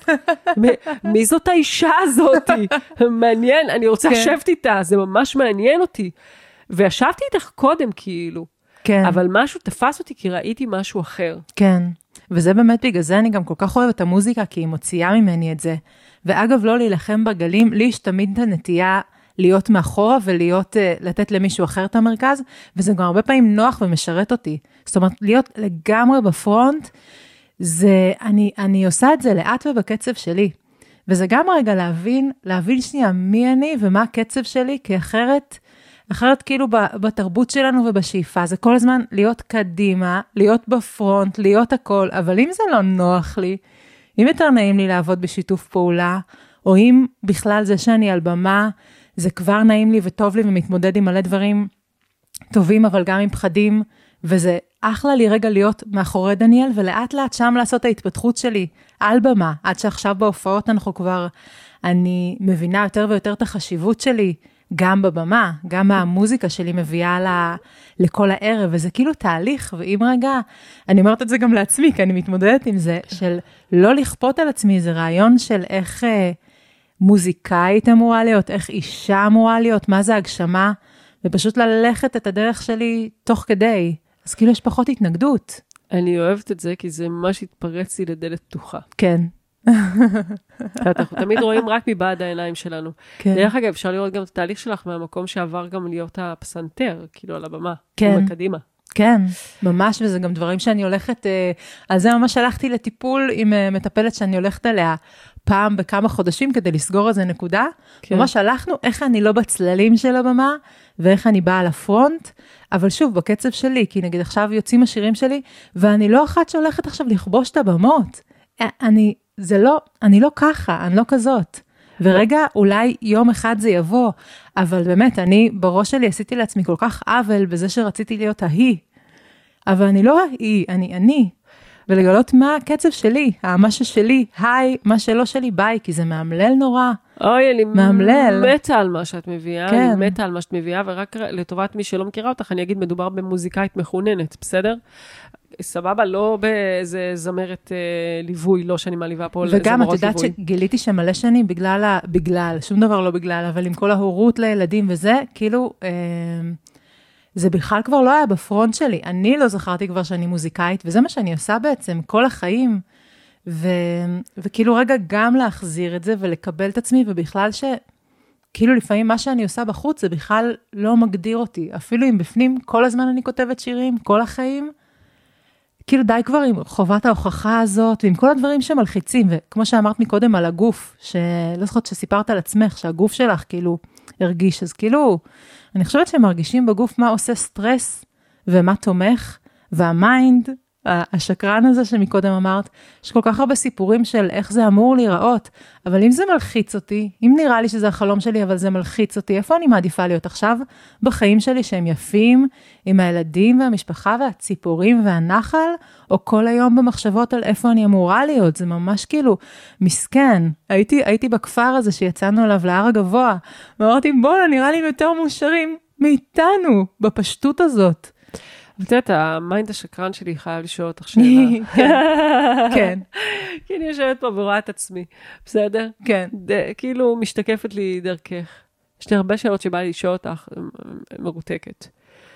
מי זאת האישה הזאת? מעניין, אני רוצה לשבת איתה, זה ממש מעניין אותי. וישבתי איתך קודם כאילו, כן. אבל משהו תפס אותי, כי ראיתי משהו אחר. כן, וזה באמת בגלל זה אני גם כל כך אוהבת את המוזיקה, כי היא מוציאה ממני את זה. ואגב, לא להילחם בגלים, לי יש תמיד את הנטייה, להיות מאחורה ולהיות, לתת למישהו אחר את המרכז, וזה גם הרבה פעמים נוח ומשרת אותי. זאת אומרת, להיות לגמרי בפרונט, זה, אני, אני עושה את זה לאט ובקצב שלי. וזה גם רגע להבין, להבין שנייה מי אני ומה הקצב שלי, כי אחרת, אחרת כאילו בתרבות שלנו ובשאיפה, זה כל הזמן להיות קדימה, להיות בפרונט, להיות הכל, אבל אם זה לא נוח לי, אם יותר נעים לי לעבוד בשיתוף פעולה, או אם בכלל זה שאני על במה, זה כבר נעים לי וטוב לי ומתמודד עם מלא דברים טובים, אבל גם עם פחדים, וזה אחלה לי רגע להיות מאחורי דניאל, ולאט לאט שם לעשות את ההתפתחות שלי על במה, עד שעכשיו בהופעות אנחנו כבר, אני מבינה יותר ויותר את החשיבות שלי, גם בבמה, גם המוזיקה שלי מביאה לה, לכל הערב, וזה כאילו תהליך, ואם רגע, אני אומרת את זה גם לעצמי, כי אני מתמודדת עם זה, של לא לכפות על עצמי, זה רעיון של איך מוזיקאית אמורה להיות, איך אישה אמורה להיות, מה זה הגשמה, ופשוט ללכת את הדרך שלי תוך כדי, אז כאילו יש פחות התנגדות. אני אוהבת את זה, כי זה ממש התפרץ לי לדלת פתוחה. כן. אנחנו תמיד רואים רק מבעד העיניים שלנו. כן. דרך אגב, אפשר לראות גם את התהליך שלך מהמקום שעבר גם להיות הפסנתר, כאילו על הבמה. כן. ומקדימה. כן, ממש, וזה גם דברים שאני הולכת, על זה ממש הלכתי לטיפול עם מטפלת שאני הולכת עליה פעם בכמה חודשים כדי לסגור איזה נקודה. כן. ממש הלכנו איך אני לא בצללים של הבמה, ואיך אני באה לפרונט, אבל שוב, בקצב שלי, כי נגיד עכשיו יוצאים השירים שלי, ואני לא אחת שהולכת עכשיו לכבוש את הבמות. אני, זה לא, אני לא ככה, אני לא כזאת. ורגע, אולי יום אחד זה יבוא, אבל באמת, אני בראש שלי עשיתי לעצמי כל כך עוול בזה שרציתי להיות ההיא. אבל אני לא ההיא, אני אני. ולגלות מה הקצב שלי, מה ששלי, היי, מה שלא שלי, ביי, כי זה מאמלל נורא. אוי, אני מאמלל. מתה על מה שאת מביאה, כן. אני מתה על מה שאת מביאה, ורק לטובת מי שלא מכירה אותך, אני אגיד, מדובר במוזיקאית מחוננת, בסדר? סבבה, לא באיזה זמרת אה, ליווי, לא שאני מעליבה פה לזמרות ליווי. וגם את יודעת שגיליתי שמלא שנים בגלל, ה, בגלל, שום דבר לא בגלל, אבל עם כל ההורות לילדים וזה, כאילו, אה, זה בכלל כבר לא היה בפרונט שלי. אני לא זכרתי כבר שאני מוזיקאית, וזה מה שאני עושה בעצם כל החיים. ו, וכאילו רגע גם להחזיר את זה ולקבל את עצמי, ובכלל ש... כאילו לפעמים מה שאני עושה בחוץ, זה בכלל לא מגדיר אותי. אפילו אם בפנים כל הזמן אני כותבת שירים, כל החיים, כאילו די כבר עם חובת ההוכחה הזאת, ועם כל הדברים שמלחיצים, וכמו שאמרת מקודם על הגוף, שלא זוכרת שסיפרת על עצמך, שהגוף שלך כאילו הרגיש, אז כאילו, אני חושבת שהם מרגישים בגוף מה עושה סטרס, ומה תומך, והמיינד, השקרן הזה שמקודם אמרת, יש כל כך הרבה סיפורים של איך זה אמור להיראות, אבל אם זה מלחיץ אותי, אם נראה לי שזה החלום שלי, אבל זה מלחיץ אותי, איפה אני מעדיפה להיות עכשיו? בחיים שלי שהם יפים, עם הילדים והמשפחה והציפורים והנחל, או כל היום במחשבות על איפה אני אמורה להיות, זה ממש כאילו מסכן. הייתי, הייתי בכפר הזה שיצאנו אליו להר הגבוה, ואמרתי, בואו, נראה לי יותר מאושרים מאיתנו, בפשטות הזאת. את יודעת, המיינד השקרן שלי חייב לשאול אותך שאלה. כן. כי אני יושבת פה ורואה את עצמי, בסדר? כן. כאילו משתקפת לי דרכך. יש לי הרבה שאלות שבא לי לשאול אותך, מרותקת.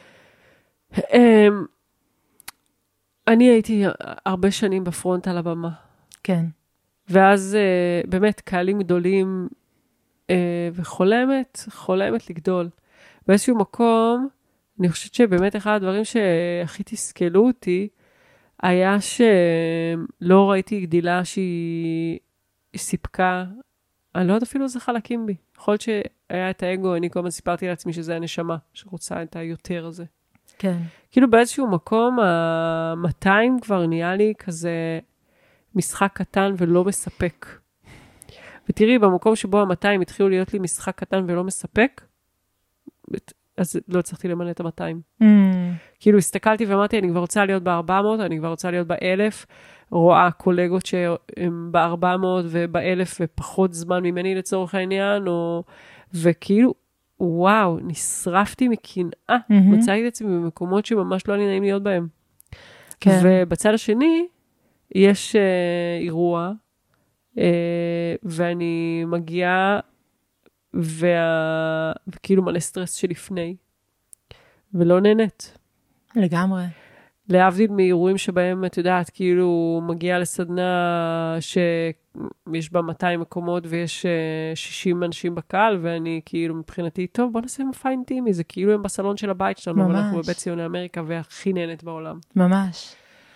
אני הייתי הרבה שנים בפרונט על הבמה. כן. ואז באמת קהלים גדולים, וחולמת, חולמת לגדול. באיזשהו מקום, אני חושבת שבאמת אחד הדברים שהכי תסכלו אותי, היה שלא ראיתי גדילה שהיא סיפקה, אני לא יודעת אפילו איזה חלקים בי. יכול להיות שהיה את האגו, אני כל הזמן סיפרתי לעצמי שזה הנשמה, שרוצה את היותר הזה. כן. כאילו באיזשהו מקום, ה-מאתיים כבר נהיה לי כזה משחק קטן ולא מספק. ותראי, במקום שבו ה-מאתיים התחילו להיות לי משחק קטן ולא מספק, אז לא הצלחתי למלא את ה-מאתיים. Mm. כאילו הסתכלתי ואמרתי, אני כבר רוצה להיות ב-ארבע מאות, אני כבר רוצה להיות ב-אלף, רואה קולגות שהם ב-ארבע מאות וב-אלף ופחות זמן ממני לצורך העניין, או... וכאילו, וואו, נשרפתי מקנאה, mm-hmm. מצאתי את עצמי במקומות שממש לא היה לי נעים להיות בהם. כן. ובצד השני, יש uh, אירוע, uh, ואני מגיעה, וה... וכאילו מלא סטרס שלפני, ולא נהנית. לגמרי. להבדיל מאירועים שבהם, את יודעת, כאילו מגיעה לסדנה שיש בה מאתיים מקומות, ויש שישים אנשים בקהל, ואני כאילו מבחינתי, טוב, בוא נעשה מופע אינטימי, זה כאילו הם בסלון של הבית שלנו, ממש. ואנחנו בבית ציוני אמריקה, והכי נהנית בעולם. ממש.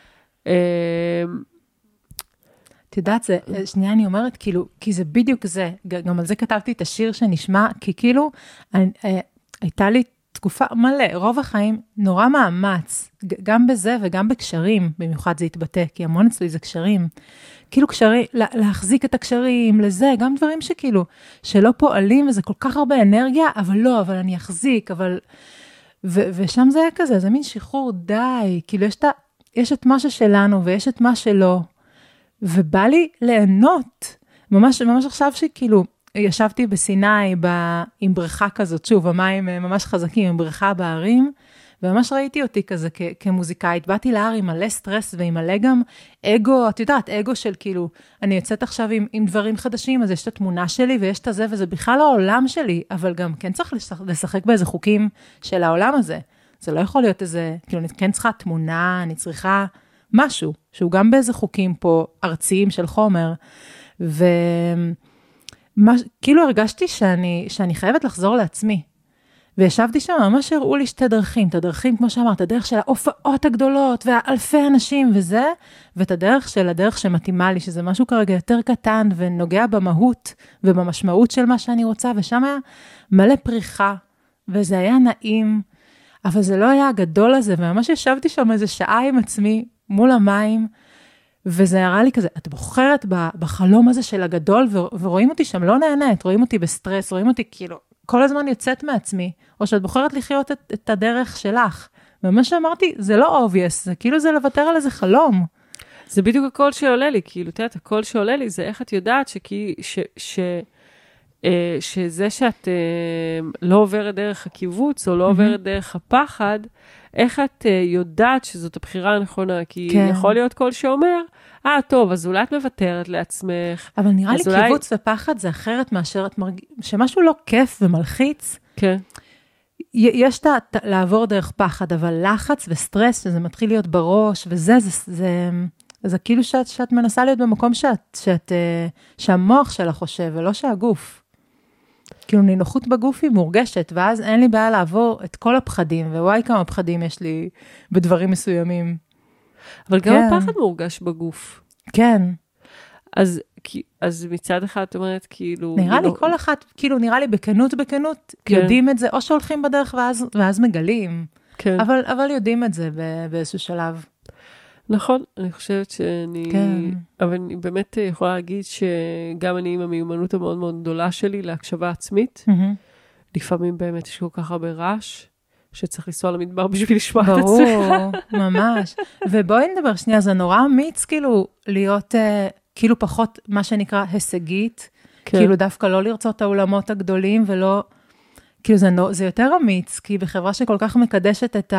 את יודעת, זה, שנייה אני אומרת, כאילו, כי זה בדיוק זה, גם על זה כתבתי את השיר שנשמע, כי כאילו, אני, הייתה לי תקופה מלא, רוב החיים, נורא מאמץ, גם בזה וגם בקשרים, במיוחד זה התבטא, כי המון אצלי זה קשרים, כאילו קשרים, להחזיק את הקשרים, לזה, גם דברים שכאילו, שלא פועלים, וזה כל כך הרבה אנרגיה, אבל לא, אבל אני אחזיק, אבל, ו, ושם זה היה כזה, זה מין שחרור די, כאילו יש את, יש את מה ששלנו, ויש את מה שלא, ובא לי ליהנות, ממש, ממש עכשיו שכאילו, ישבתי בסיני ב... עם בריכה כזאת, שוב, המים ממש חזקים, עם בריכה בערים, וממש ראיתי אותי כזה כ... כמוזיקאית, באתי להר עם מלא סטרס ועם מלא גם אגו, את יודעת, אגו של כאילו, אני יוצאת עכשיו עם, עם דברים חדשים, אז יש את התמונה שלי ויש את הזה, וזה בכלל לא העולם שלי, אבל גם כן צריך לשחק באיזה חוקים של העולם הזה. זה לא יכול להיות איזה, כאילו, אני כן צריכה תמונה, אני צריכה משהו, שהוא גם באיזה חוקים פה ארציים של חומר, ו... מה, כאילו הרגשתי שאני, שאני חייבת לחזור לעצמי, וישבתי שם, ממש הראו לי שתי דרכים, את הדרכים, כמו שאמרת, הדרך של ההופעות הגדולות, והאלפי אנשים וזה, ואת הדרך של הדרך שמתאימה לי, שזה משהו כרגע יותר קטן, ונוגע במהות, ובמשמעות של מה שאני רוצה, ושם היה מלא פריחה, וזה היה נעים, אבל זה לא היה הגדול הזה, וממש ישבתי שם איזה שעה עם עצמי, מול המים, וזה הראה לי כזה, את בוחרת בחלום הזה של הגדול, ורואים אותי שם לא נהנית, רואים אותי בסטרס, רואים אותי כאילו, כל הזמן יוצאת מעצמי, או שאת בוחרת לחיות את, את הדרך שלך. ומה שאמרתי, זה לא obvious, זה כאילו זה לוותר על איזה חלום. זה בדיוק הכל שעולה לי, כאילו, תראה, הכל שעולה לי, זה איך את יודעת שכי, ש, ש, אה, שזה שאת אה, לא עוברת דרך הקיבוץ, או לא עוברת mm-hmm. דרך הפחד, איך את אה, יודעת שזאת הבחירה הנכונה, כי כן. יכול להיות כל שאומר, אה, טוב, אז אולי את מוותרת לעצמך. אבל נראה לי אולי... קיבוץ ופחד זה אחרת מאשר את מרג... שמשהו לא כיף ומלחיץ. כן. יש את לעבור דרך פחד, אבל לחץ וסטרס, שזה מתחיל להיות בראש, וזה, זה, זה, זה, זה כאילו שאת, שאת מנסה להיות במקום שאת, שאת, שהמוח שלה חושב, ולא שהגוף. כאילו נינוחות בגוף היא מורגשת, ואז אין לי בעיה לעבור את כל הפחדים, ווואי כמה פחדים יש לי בדברים מסוימים. אבל גם כן. הפחד מורגש בגוף. כן. אז, אז מצד אחד את אומרת, כאילו... נראה לי לא... כל אחת, כאילו נראה לי בכנות בכנות, כן. יודעים את זה, או שהולכים בדרך ואז, ואז מגלים. כן. אבל, אבל יודעים את זה באיזשהו שלב. נכון, אני חושבת שאני... כן. אבל אני באמת יכולה להגיד שגם אני עם המיומנות המאוד מאוד גדולה שלי להקשבה עצמית, לפעמים באמת יש כל כך הרבה רעש, שצריך לנסוע למדבר בשביל לשמוע את עצמך. ברור, ממש. ובואי נדבר שנייה, זה נורא אמיץ כאילו להיות כאילו פחות מה שנקרא הישגית, כן. כאילו דווקא לא לרצות את האולמות הגדולים ולא, כאילו זה, זה יותר אמיץ, כי בחברה שכל כך מקדשת את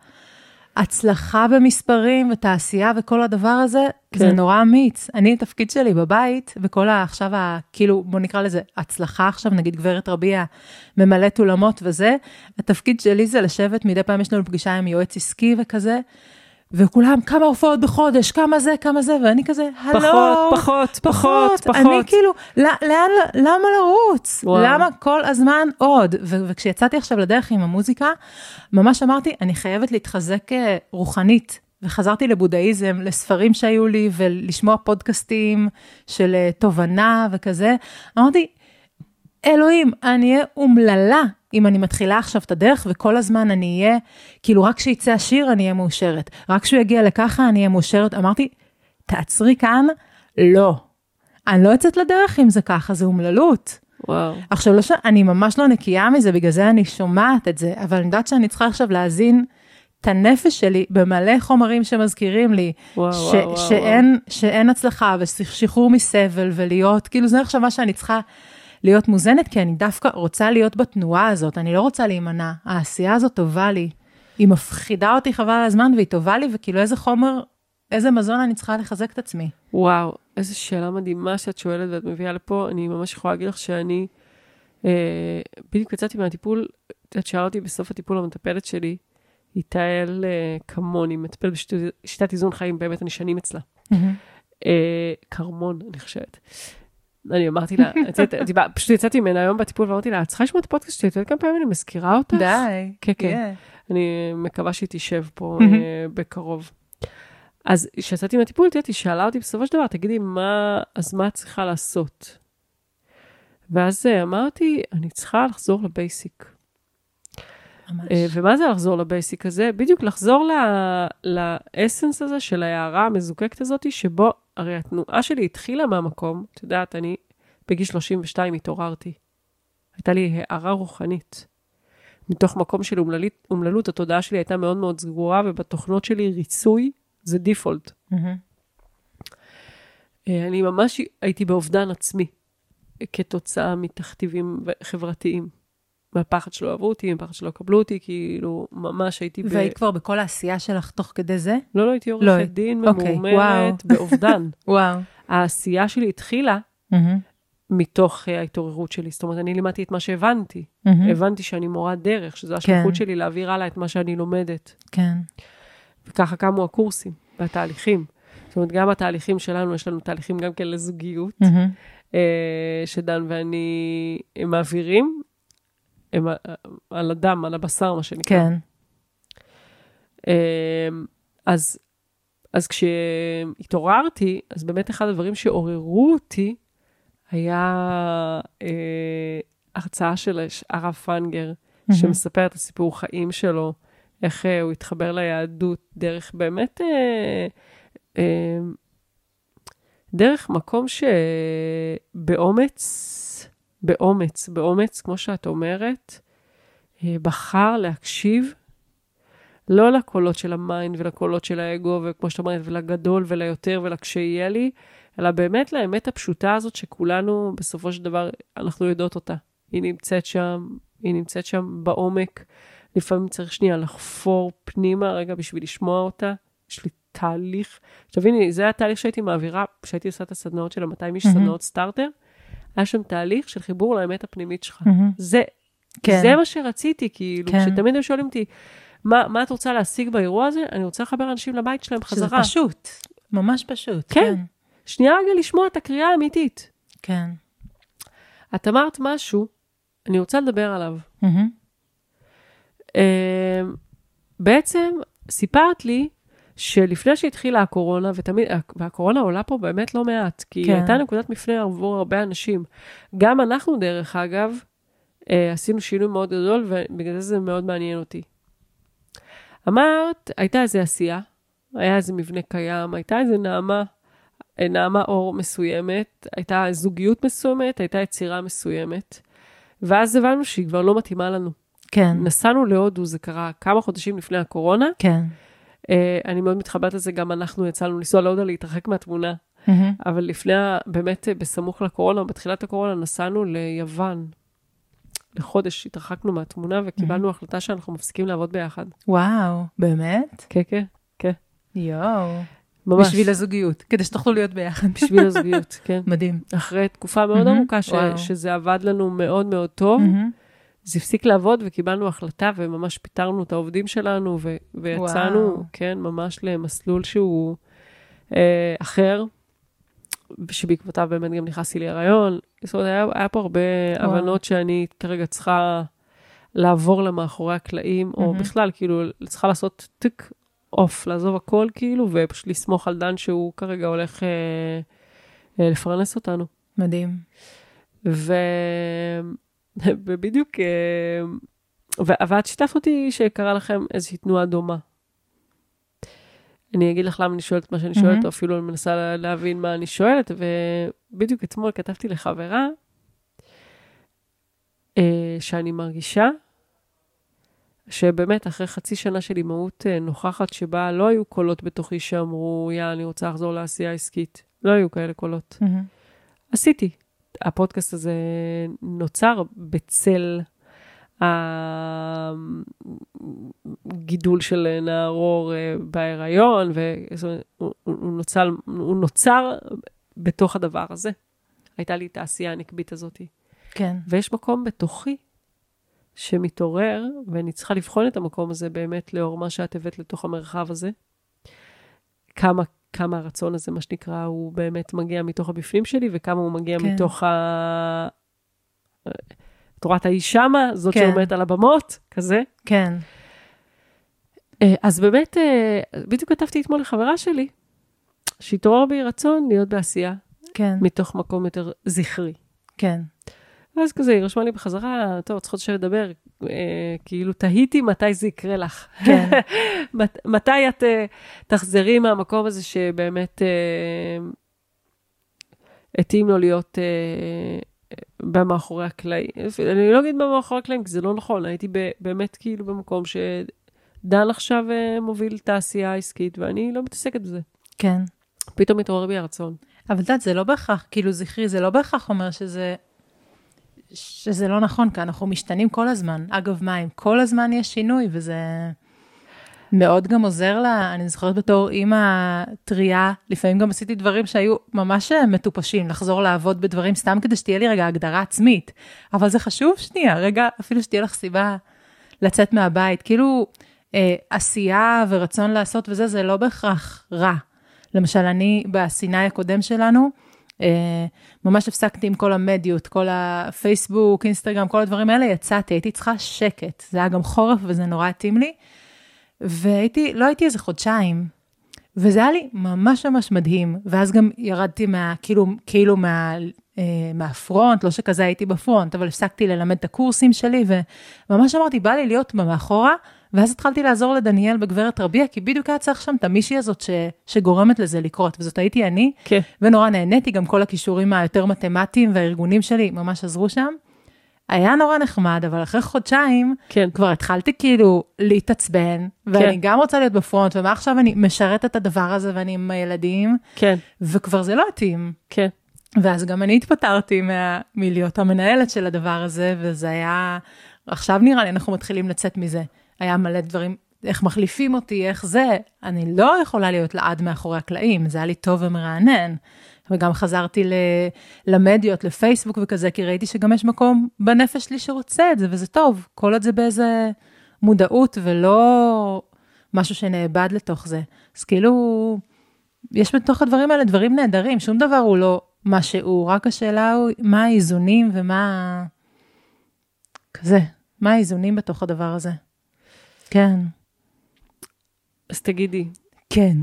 ההצלחה במספרים ותעשייה וכל הדבר הזה, כן. זה נורא אמיץ. אני, התפקיד שלי בבית, וכל עכשיו, ה, כאילו, בוא נקרא לזה הצלחה עכשיו, נגיד גברת רביע, ממלאת אולמות וזה, התפקיד שלי זה לשבת, מדי פעם יש לנו פגישה עם יועץ עסקי וכזה, וכולם, כמה הופעות בחודש, כמה זה, כמה זה, ואני כזה, הלו, פחות, פחות, פחות, פחות. אני כאילו, לאן, למה לרוץ? וואו. למה כל הזמן עוד? ו- וכשיצאתי עכשיו לדרך עם המוזיקה, ממש אמרתי, אני חייבת להתחזק רוחנית, וחזרתי לבודהיזם, לספרים שהיו לי, ולשמוע פודקאסטים של תובנה וכזה. אמרתי, אלוהים, אני אהיה אומללה, אם אני מתחילה עכשיו את הדרך, וכל הזמן אני אהיה, כאילו רק כשיצא השיר אני אהיה מאושרת, רק כשהוא יגיע לככה אני אהיה מאושרת, אמרתי, תעצרי כאן, לא, אני לא יוצאת לדרך אם זה ככה, זה אומללות. וואו. עכשיו, לא ש... אני ממש לא נקייה מזה, בגלל זה אני שומעת את זה, אבל אני יודעת שאני צריכה עכשיו להזין את הנפש שלי, במלא חומרים שמזכירים לי, וואו, ש... וואו, שאין, וואו. שאין הצלחה, ושחרור מסבל, ולהיות, כאילו זה עכשיו מה שאני צריכה, להיות מוזנת, כי אני דווקא רוצה להיות בתנועה הזאת, אני לא רוצה להימנע, העשייה הזאת טובה לי, היא מפחידה אותי חבל על הזמן, והיא טובה לי, וכאילו איזה חומר, איזה מזון אני צריכה לחזק את עצמי. וואו, איזו שאלה מדהימה שאת שואלת, ואת מביאה לפה, אני ממש יכולה להגיד לך שאני, אה, בדיוק יצאתי מהטיפול, את שאלה אותי בסוף הטיפול המטפלת שלי, היא תאל אה, כמוני, מטפל בשיטת איזון חיים, באמת אני שנים אצלה. Mm-hmm. אה, קרמון, אני חושבת. אני אמרתי לה, פשוט יצאתי ממנה היום בטיפול, ואמרתי לה, את צריכה לשמוע את הפודקאסט שלי, את יודעת כמה פעמים אני מזכירה אותך? די. כן, כן. אני מקווה שהיא תשב פה בקרוב. אז כשיצאתי מהטיפול, היא שאלה אותי בסופו של דבר, תגידי, אז מה את צריכה לעשות? ואז אמרתי, אני צריכה לחזור לבייסיק. ממש. ומה זה לחזור לבייסיק הזה? בדיוק לחזור לאסנס הזה של ההערה המזוקקת הזאת, שבו הרי התנועה שלי התחילה מהמקום, את יודעת, אני בגיל שלושים ושתיים התעוררתי. הייתה לי הערה רוחנית. מתוך מקום של אומללות, אומללות, התודעה שלי הייתה מאוד מאוד סגורה, ובתוכנות שלי ריצוי זה דיפולט. Mm-hmm. אני ממש הייתי באובדן עצמי, כתוצאה מתכתיבים חברתיים. מהפחד שלא אהבו אותי, מהפחד שלא קבלו אותי, כאילו ממש הייתי... והיית כבר בכל העשייה שלך תוך כדי זה? לא, לא, הייתי עורכת דין ממורמרת, באובדן. וואו. העשייה שלי התחילה מתוך ההתעוררות שלי. זאת אומרת, אני לימדתי את מה שהבנתי. הבנתי שאני מורה דרך, שזו השליחות שלי להעביר הלאה את מה שאני לומדת. כן. וככה קמו הקורסים והתהליכים. זאת אומרת, גם התהליכים שלנו, יש לנו תהליכים גם כן לזוגיות, שדן ואני מעבירים, הם על הדם, על הבשר, מה שנקרא. כן. אז, אז כשהתעוררתי, אז באמת אחד הדברים שעוררו אותי, היה אה, הרצאה של הרב פנגר, mm-hmm. שמספר את הסיפור חיים שלו, איך אה, הוא התחבר ליהדות, דרך באמת, אה, אה, דרך מקום שבאומץ, באומץ, באומץ, כמו שאת אומרת, בחר להקשיב, לא לקולות של המיינד ולקולות של האגו, וכמו שאת אומרת, ולגדול וליותר ולכשיהיה לי, אלא באמת לאמת הפשוטה הזאת שכולנו בסופו של דבר, אנחנו יודעות אותה. היא נמצאת שם, היא נמצאת שם בעומק, לפעמים צריך שנייה לחפור פנימה רגע בשביל לשמוע אותה, יש לי תהליך, שתביני, זה התהליך שהייתי מעבירה, כשהייתי עושה את הסדנאות של מאתיים איש סדנאות סטארטר, היה שם תהליך של חיבור לאמת הפנימית שלך. זה, זה מה שרציתי, כאילו, שתמיד הם שואלים אותי, מה, מה את רוצה להשיג באירוע הזה? אני רוצה לחבר אנשים לבית שלהם חזרה. שזה פשוט, ממש פשוט. כן. כן. שנייה רגע לשמוע את הקריאה האמיתית. כן. את אמרת משהו, אני רוצה לדבר עליו. בעצם סיפרת לי, שלפני שהתחילה הקורונה, ותמיד, והקורונה עולה פה באמת לא מעט, כי כן. הייתה נקודת מפנה עבור הרבה אנשים. גם אנחנו, דרך אגב, עשינו שינוי מאוד גדול, ובגלל זה זה מאוד מעניין אותי. אמרת, הייתה איזו עשייה, היה איזה מבנה קיים, הייתה איזה נעמה, נעמה אור מסוימת, הייתה זוגיות מסוימת, הייתה יצירה מסוימת, ואז הבנו שהיא כבר לא מתאימה לנו. כן. נסענו להודו, זה קרה כמה חודשים לפני הקורונה. כן. Uh, אני מאוד מתחברת לזה, גם אנחנו יצאנו לנסוע להודו להתרחק מהתמונה. Mm-hmm. אבל לפני, באמת בסמוך לקורונה, בתחילת הקורונה, נסענו ליוון. לחודש התרחקנו מהתמונה, וקיבלנו mm-hmm. החלטה שאנחנו מפסיקים לעבוד ביחד. וואו, באמת? כן, כן, כן. יואו. ממש. בשביל הזוגיות, כדי שתוכלו להיות ביחד. בשביל הזוגיות, כן. מדהים. אחרי תקופה מאוד mm-hmm. ארוכה, ש- שזה עבד לנו מאוד מאוד טוב, mm-hmm. זה הפסיק לעבוד, וקיבלנו החלטה, וממש פיתרנו את העובדים שלנו, ו- ויצאנו, וואו. כן, ממש למסלול שהוא אה, אחר, ושבעקבותיו באמת גם נכנסתי להיריון. זאת אומרת, היה, היה פה הרבה וואו. הבנות שאני כרגע צריכה לעבור למאחורי הקלעים, mm-hmm. או בכלל, כאילו, צריכה לעשות טיק אוף, לעזוב הכל, כאילו, ופשוט לסמוך על דן שהוא כרגע הולך אה, אה, לפרנס אותנו. מדהים. ו... ובדיוק, ואת שיתף אותי שקרה לכם איזושהי תנועה דומה. אני אגיד לך למה אני שואלת מה שאני שואלת, או אפילו אני מנסה להבין מה אני שואלת, ובדיוק אתמול כתבתי לחברה, שאני מרגישה, שבאמת אחרי חצי שנה של אימהות נוכחת, שבה לא היו קולות בתוכי שאמרו, יא, אני רוצה לחזור לעשייה העסקית. לא היו כאלה קולות. עשיתי. הפודקאסט הזה נוצר בצל הגידול של נערור בהיריון, והוא נוצר, הוא נוצר בתוך הדבר הזה. הייתה לי תעשייה הנקבית הזאת. כן. ויש מקום בתוכי שמתעורר, ואני צריכה לבחון את המקום הזה באמת לאור מה שאת הבאת לתוך המרחב הזה. כמה כמה הרצון הזה, מה שנקרא, הוא באמת מגיע מתוך הבפנים שלי, וכמה הוא מגיע כן. מתוך ה... תורת האישמה, זאת כן. שעומדת על הבמות, כזה. כן. אז באמת, בדיוק כתבתי אתמול לחברה שלי, שהתעורר בי רצון להיות בעשייה, כן. מתוך מקום יותר זכרי. כן. אז כזה, היא רשמה לי בחזרה, טוב, צריכות עכשיו לדבר, אה, כאילו תהיתי מתי זה יקרה לך. כן. מת, מתי את אה, תחזרי מהמקום הזה שבאמת אה, התאים לו להיות אה, במאחורי הקלעים. אני לא אגיד במאחורי הקלעים, כי זה לא נכון, הייתי ב, באמת כאילו במקום שדן עכשיו אה, מוביל תעשייה עסקית, ואני לא מתעסקת בזה. כן. פתאום מתעורר בי הרצון. אבל דעת, זה לא בהכרח, כאילו זכרי, זה לא בהכרח אומר שזה... שזה לא נכון, כי אנחנו משתנים כל הזמן. אגב, מים, כל הזמן יש שינוי, וזה מאוד גם עוזר לה. אני זוכרת בתור אימא טריה, לפעמים גם עשיתי דברים שהיו ממש מטופשים, לחזור לעבוד בדברים, סתם כדי שתהיה לי רגע הגדרה עצמית. אבל זה חשוב שנייה, רגע, אפילו שתהיה לך סיבה לצאת מהבית. כאילו, אה, עשייה ורצון לעשות וזה, זה לא בהכרח רע. למשל, אני, בסיני הקודם שלנו, ממש הפסקתי עם כל המדיות, כל הפייסבוק, אינסטגרם, כל הדברים האלה, יצאתי, הייתי צריכה שקט, זה היה גם חורף וזה נורא התאים לי, והייתי, לא הייתי איזה חודשיים, וזה היה לי ממש ממש מדהים, ואז גם ירדתי מה, כאילו, כאילו מה, מהפרונט, לא שכזה הייתי בפרונט, אבל הפסקתי ללמד את הקורסים שלי, וממש אמרתי, בא לי להיות מאחורה, ואז התחלתי לעזור לדניאל בגברת רביה, כי בדיוק היה צריך שם את המישהי הזאת ש, שגורמת לזה לקרות, וזאת הייתי אני, כן. ונורא נהניתי, גם כל הכישורים היותר מתמטיים והארגונים שלי ממש עזרו שם. היה נורא נחמד, אבל אחרי חודשיים, כן. כבר התחלתי כאילו להתעצבן, ואני כן. גם רוצה להיות בפרונט, ומה עכשיו אני משרתת את הדבר הזה, ואני עם הילדים, כן. וכבר זה לא התאים. כן. ואז גם אני התפטרתי מה, מלהיות המנהלת של הדבר הזה, וזה היה, עכשיו נראה לי, אנחנו מתחילים לצאת מזה. היה מלא דברים, איך מחליפים אותי, איך זה, אני לא יכולה להיות לעד מאחורי הקלעים, זה היה לי טוב ומרענן, וגם חזרתי ל, למדיות, לפייסבוק וכזה, כי ראיתי שגם יש מקום בנפש שלי שרוצה את זה, וזה טוב, כל עוד זה באיזה מודעות, ולא משהו שנאבד לתוך זה. אז כאילו, יש בתוך הדברים האלה דברים נהדרים, שום דבר הוא לא מה שהוא, רק השאלה הוא, מה האיזונים ומה, כזה, מה האיזונים בתוך הדבר הזה. כן. אז תגידי. כן.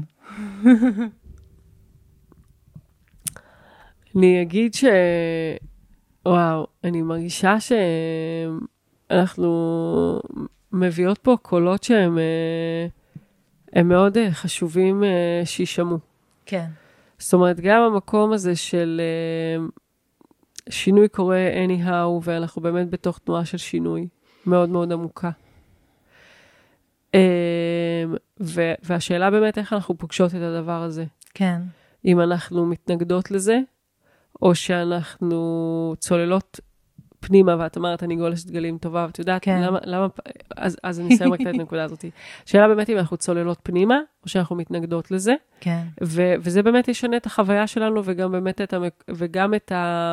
אני אגיד ש... וואו, אני מרגישה שאנחנו מביאות פה קולות שהם הם מאוד חשובים שישמעו. כן. זאת אומרת, גם המקום הזה של שינוי קורה anyhow, ואנחנו באמת בתוך תנועה של שינוי מאוד מאוד עמוקה. והשאלה באמת איך אנחנו פוגשות את הדבר הזה. כן. אם אנחנו מתנגדות לזה, או שאנחנו צוללות פנימה, ואת אמרת, אני גולשת גלים טובה, ואת יודעת, כן. למה, למה, אז, אז אני אסיים רק את הנקודה הזאת. שאלה באמת אם אנחנו צוללות פנימה, או שאנחנו מתנגדות לזה, כן. ו, וזה באמת ישנה את החוויה שלנו, וגם באמת את, המק, וגם את ה...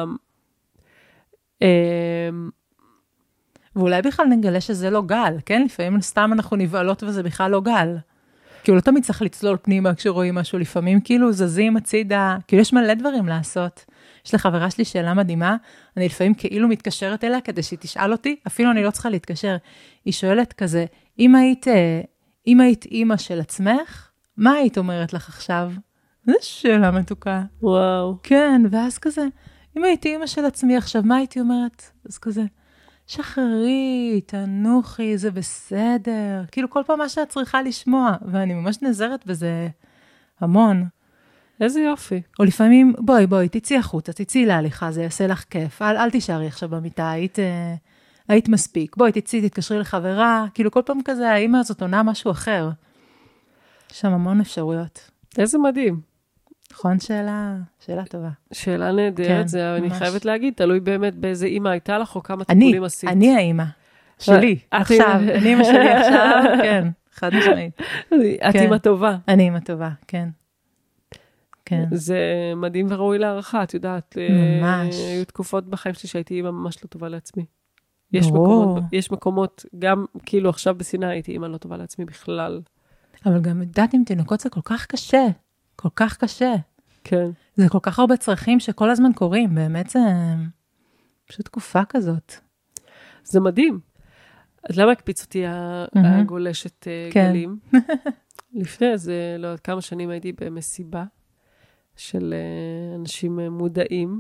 ואולי בכלל נגלה שזה לא גל, כן? לפעמים סתם אנחנו נבעלות וזה בכלל לא גל. כאילו לא תמיד צריך לצלול פנימה כשרואים משהו, לפעמים כאילו זזים הצידה, כאילו יש מלא דברים לעשות. יש לחברה שלי שאלה מדהימה, אני לפעמים כאילו מתקשרת אליה כדי שהיא תשאל אותי, אפילו אני לא צריכה להתקשר. היא שואלת כזה, אם היית, אם היית אימא של עצמך, מה היית אומרת לך עכשיו? זו שאלה מתוקה. וואו. כן, ואז כזה, אם הייתי אימא של עצמי עכשיו, מה הייתי אומרת? אז כזה, שחררי, תנוחי, זה בסדר. כאילו כל פעם מה שאת צריכה לשמוע, ואני ממש נזרת בזה המון. איזה יופי. או לפעמים, בואי, בואי, תצאי החוצה, תצאי להליכה, זה יעשה לך כיף. אל, אל תישארי עכשיו במיטה, היית, היית מספיק. בואי, תצאי, תתקשרי לחברה. כאילו כל פעם כזה, האמא הזאת עונה משהו אחר. יש שם המון אפשרויות. איזה מדהים. נכון, שאלה, שאלה טובה. שאלה נהדרת, כן, זה ממש. אני חייבת להגיד, תלוי באמת באיזה אימא הייתה לך, או כמה אני, טיפולים עשית. אני האמא שלי, עכשיו, אני אמא שלי עכשיו, כן, חד משמעית. את כן. אימא טובה. אני אימא טובה, כן. כן. זה מדהים וראוי להערכה, את יודעת. ממש. היו תקופות בחיים שלי שהייתי אימא ממש לא טובה לעצמי. יש מקומות, יש מקומות, גם כאילו עכשיו בסיני הייתי אימא לא טובה לעצמי בכלל. אבל גם יודעת עם תינוקות זה כל כך קשה. כל כך קשה. כן. זה כל כך הרבה צרכים שכל הזמן קורים, באמת זה פשוט תקופה כזאת. זה מדהים. אז למה הקפיץ אותי הגולשת גלים? לפני איזה, לא יודעת, כמה שנים הייתי במסיבה של אנשים מודעים,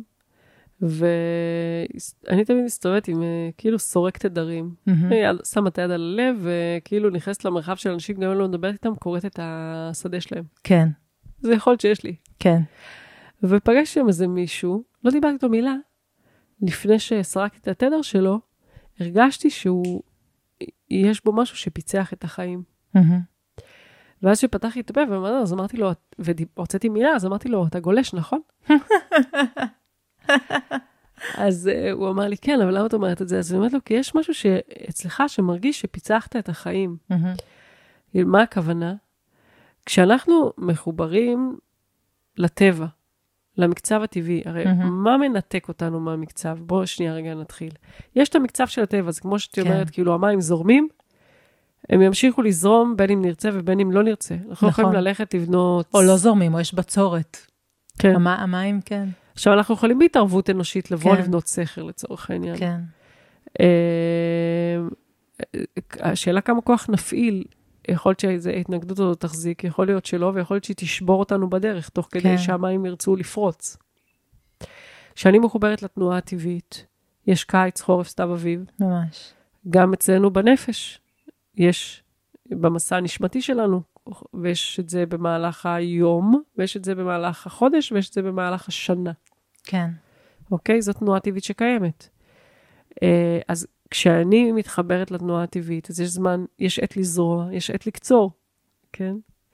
ואני תמיד מסתובבת עם כאילו סורק תדרים. שמה את היד על הלב, וכאילו נכנסת למרחב של אנשים, גם אם לא מדברת איתם, קוראת את השדה שלהם. כן. זה יכול להיות שיש לי. כן. ופגש שם איזה מישהו, לא דיברתי איתו מילה, לפני שסרקתי את התדר שלו, הרגשתי שהוא, יש בו משהו שפיצח את החיים. Mm-hmm. ואז שפתחתי את הפה, אז אמרתי לו, והוצאתי מילה, אז אמרתי לו, אתה גולש, נכון? אז uh, הוא אמר לי, כן, אבל למה אתה אומרת את זה? אז אני אומרת לו, כי יש משהו שאצלך שמרגיש שפיצחת את החיים. Mm-hmm. מה הכוונה? כשאנחנו מחוברים לטבע, למקצב הטבעי, הרי mm-hmm. מה מנתק אותנו מהמקצב? בואו שנייה רגע נתחיל. יש את המקצב של הטבע, זה כמו שאת אומרת, כן. כאילו המים זורמים, הם ימשיכו לזרום בין אם נרצה ובין אם לא נרצה. אנחנו נכון. יכולים ללכת לבנות... או לא זורמים, או יש בצורת. כן. המ... המים, כן. עכשיו אנחנו יכולים בהתערבות אנושית לבוא כן. לבנות סכר לצורך העניין. כן. השאלה כמה כוח נפעיל, יכול להיות שאיזו התנגדות הזאת תחזיק, יכול להיות שלא, ויכול להיות שהיא תשבור אותנו בדרך, תוך כדי כן. שהמים ירצו לפרוץ. כשאני מחוברת לתנועה הטבעית, יש קיץ, חורף, סתיו, אביב. ממש. גם אצלנו בנפש, יש במסע הנשמתי שלנו, ויש את זה במהלך היום, ויש את זה במהלך החודש, ויש את זה במהלך השנה. כן. אוקיי? זו תנועה טבעית שקיימת. אז כשאני מתחברת לתנועה הטבעית, אז יש זמן, יש עת לזרוע, יש עת לקצור, כן?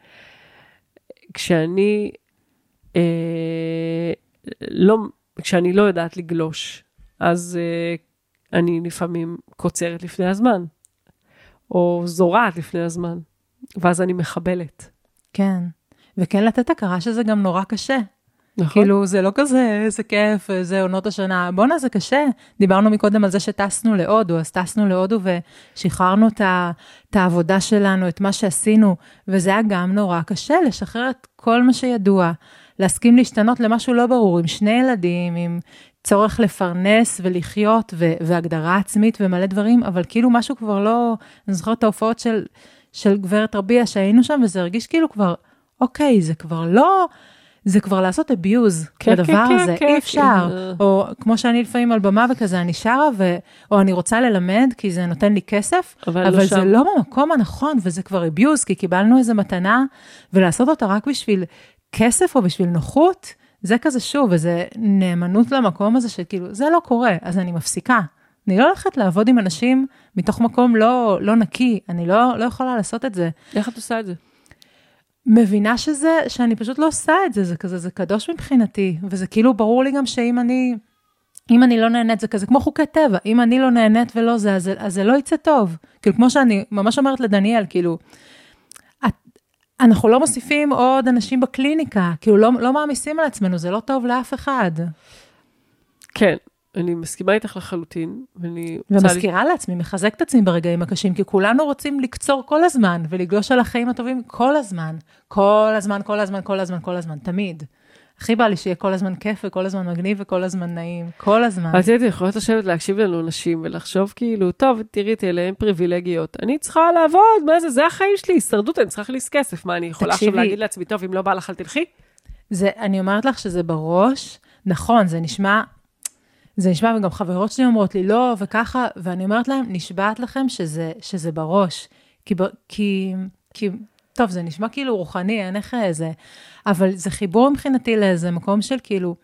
כשאני, אה, לא, כשאני לא יודעת לגלוש, אז אה, אני לפעמים קוצרת לפני הזמן, או זורעת לפני הזמן, ואז אני מחבלת. כן, וכן לתת הכרה שזה גם נורא קשה. נכון. כאילו, זה לא כזה, זה כיף, זה עונות השנה. בונה, זה קשה. דיברנו מקודם על זה שטסנו להודו, אז טסנו להודו ושחררנו את, ה, את העבודה שלנו, את מה שעשינו, וזה היה גם נורא קשה, לשחרר את כל מה שידוע, להסכים להשתנות למשהו לא ברור, עם שני ילדים, עם צורך לפרנס ולחיות, ו, והגדרה עצמית ומלא דברים, אבל כאילו משהו כבר לא, אני זוכרת את ההופעות של, של גברת רביה שהיינו שם, וזה הרגיש כאילו כבר, אוקיי, זה כבר לא... זה כבר לעשות abuse כן, לדבר כן, הזה, כן, אי כן. אפשר. או כמו שאני לפעמים על במה וכזה, אני שרה, ו... או אני רוצה ללמד, כי זה נותן לי כסף, אבל, אבל לא זה שם. לא במקום הנכון, וזה כבר abuse, כי קיבלנו איזו מתנה, ולעשות אותה רק בשביל כסף או בשביל נוחות, זה כזה שוב, וזה נאמנות למקום הזה, שכאילו, זה לא קורה, אז אני מפסיקה. אני לא הולכת לעבוד עם אנשים מתוך מקום לא, לא נקי, אני לא, לא יכולה לעשות את זה. איך את עושה את זה? מבינה שזה, שאני פשוט לא עושה את זה, זה כזה, זה קדוש מבחינתי, וזה כאילו ברור לי גם שאם אני, אם אני לא נהנית, זה כזה כמו חוקי טבע, אם אני לא נהנית ולא זה, אז, אז זה לא יצא טוב. כאילו, כמו שאני ממש אומרת לדניאל, כאילו, את, אנחנו לא מוסיפים עוד אנשים בקליניקה, כאילו, לא, לא מעמיסים על עצמנו, זה לא טוב לאף אחד. כן, אני מסכימה איתך לחלוטין, ואני... ומזכירה לעצמי, מחזק את עצמי ברגעים הקשים, כי כולנו רוצים לקצור כל הזמן, ולגלוש על החיים הטובים כל הזמן. כל הזמן, כל הזמן, כל הזמן, כל הזמן, תמיד. הכי בא לי שיהיה כל הזמן כיף, וכל הזמן מגניב, וכל הזמן נעים, כל הזמן. אז הייתי יכולת לשבת להקשיב לנו נשים, ולחשוב כאילו, טוב, תראי, תהיה הן פריבילגיות. אני צריכה לעבוד, מה זה? זה החיים שלי, הישרדות, אני צריכה להכניס כסף. מה, אני יכולה עכשיו להגיד לעצמי, טוב, אם לא בא לך, אל תלכי? זה, אני אומרת לך שזה בראש, נכון, זה נשמע, זה נשמע, וגם חברות שלי אומרות לי, לא, וככה, ואני אומרת להם, נשבעת לכם שזה, שזה בראש, כי, כי, כי, טוב, זה נשמע כאילו רוחני, אין איך איזה, אבל זה חיבור מבחינתי לאיזה מקום של כאילו,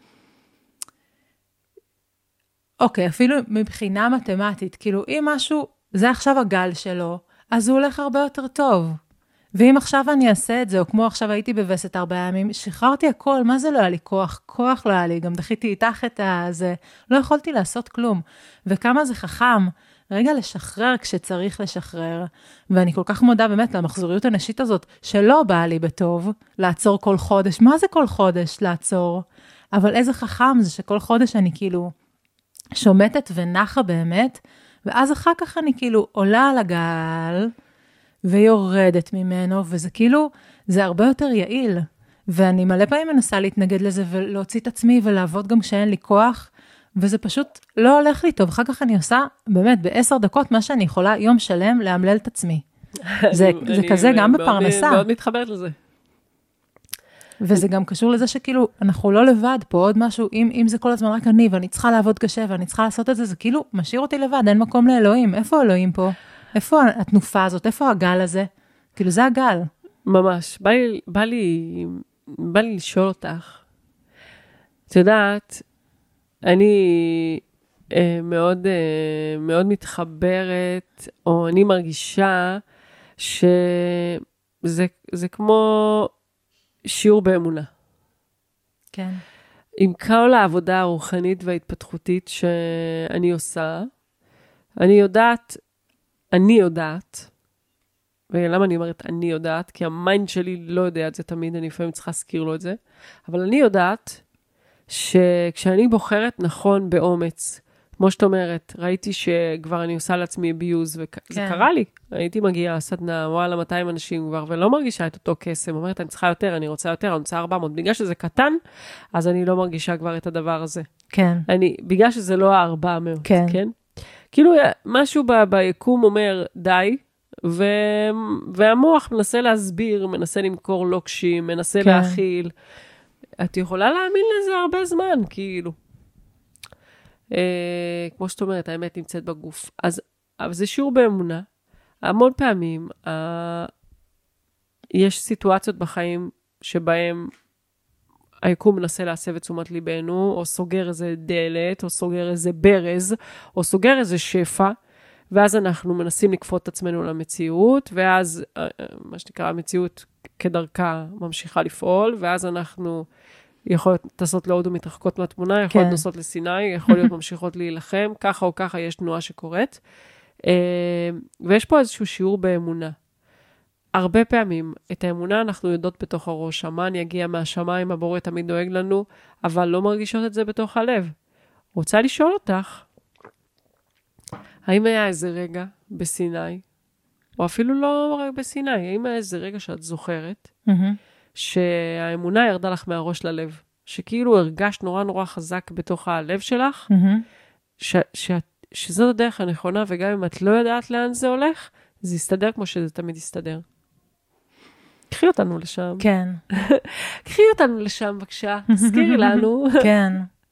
אוקיי, אפילו מבחינה מתמטית, כאילו, אם משהו, זה עכשיו הגל שלו, אז הוא הולך הרבה יותר טוב. ואם עכשיו אני אעשה את זה, או כמו עכשיו הייתי בווסת ארבעה ימים, שחררתי הכל, מה זה לא היה לי כוח? כוח לא היה לי, גם דחיתי איתך את הזה, לא יכולתי לעשות כלום. וכמה זה חכם, רגע לשחרר כשצריך לשחרר, ואני כל כך מודה באמת למחזוריות הנשית הזאת, שלא באה לי בטוב, לעצור כל חודש. מה זה כל חודש לעצור? אבל איזה חכם זה שכל חודש אני כאילו שומטת ונחה באמת, ואז אחר כך אני כאילו עולה על הגל, ויורדת ממנו, וזה כאילו, זה הרבה יותר יעיל, ואני מלא פעמים מנסה להתנגד לזה, ולהוציא את עצמי, ולעבוד גם כשאין לי כוח, וזה פשוט לא הולך לי טוב, אחר כך אני עושה, באמת, בעשר דקות, מה שאני יכולה, יום שלם, להמלל את עצמי. זה, זה כזה גם בפרנסה. אני מאוד מתחברת לזה. וזה גם קשור לזה שכאילו, אנחנו לא לבד פה, עוד משהו, אם, אם זה כל הזמן רק אני, ואני צריכה לעבוד קשה, ואני צריכה לעשות את זה, זה כאילו, משאיר אותי לבד, אין מקום לאלוהים. איפה אלוהים פה? איפה התנופה הזאת? איפה הגל הזה? כאילו, זה הגל. ממש. בא לי, בא לי, בא לי לשאול אותך. את יודעת, אני אה, מאוד, אה, מאוד מתחברת, או אני מרגישה שזה זה כמו שיעור באמונה. כן. עם כל העבודה הרוחנית וההתפתחותית שאני עושה, אני יודעת, אני יודעת, ולמה אני אומרת אני יודעת? כי המיינד שלי לא יודע את זה תמיד, אני לפעמים צריכה להזכיר לו את זה, אבל אני יודעת שכשאני בוחרת נכון באומץ, כמו שאת אומרת, ראיתי שכבר אני עושה לעצמי ביוז, וזה כן. קרה לי. הייתי מגיעה סדנה, וואלה, מאתיים אנשים כבר, ולא מרגישה את אותו קסם. אומרת, אני צריכה יותר, אני רוצה יותר, אני רוצה ארבע מאות. בגלל שזה קטן, אז אני לא מרגישה כבר את הדבר הזה. כן. אני, בגלל שזה לא ה-ארבע מאות, כן. כן? כאילו, משהו ב- ביקום אומר, די, ו- והמוח מנסה להסביר, מנסה למכור לוקשים, מנסה כן. להכיל. את יכולה להאמין לזה הרבה זמן, כאילו. Uh, כמו שאת אומרת, האמת נמצאת בגוף. אז, אבל זה שיעור באמונה. המון פעמים, uh, יש סיטואציות בחיים שבהם היקום מנסה להסב את תשומת ליבנו, או סוגר איזה דלת, או סוגר איזה ברז, או סוגר איזה שפע, ואז אנחנו מנסים לקפות את עצמנו למציאות, ואז, uh, מה שנקרא, המציאות כדרכה ממשיכה לפעול, ואז אנחנו יכול להיות טסות להודו מתרחקות מהתמונה, יכול להיות נוסעות לסיני, יכול להיות ממשיכות להילחם, ככה או ככה יש תנועה שקורית. ויש פה איזשהו שיעור באמונה. הרבה פעמים את האמונה אנחנו יודעות בתוך הראש, המן יגיע מהשמיים, הבורא תמיד דואג לנו, אבל לא מרגישות את זה בתוך הלב. רוצה לשאול אותך, האם היה איזה רגע בסיני, או אפילו לא רק בסיני, האם היה איזה רגע שאת זוכרת, שהאמונה ירדה לך מהראש ללב, שכאילו הרגשת נורא נורא חזק בתוך הלב שלך, ש, ש, שזאת הדרך הנכונה, וגם אם את לא יודעת לאן זה הולך, זה יסתדר כמו שזה תמיד יסתדר. קחי אותנו לשם. כן. קחי אותנו לשם, בבקשה. תזכירי לנו. כן.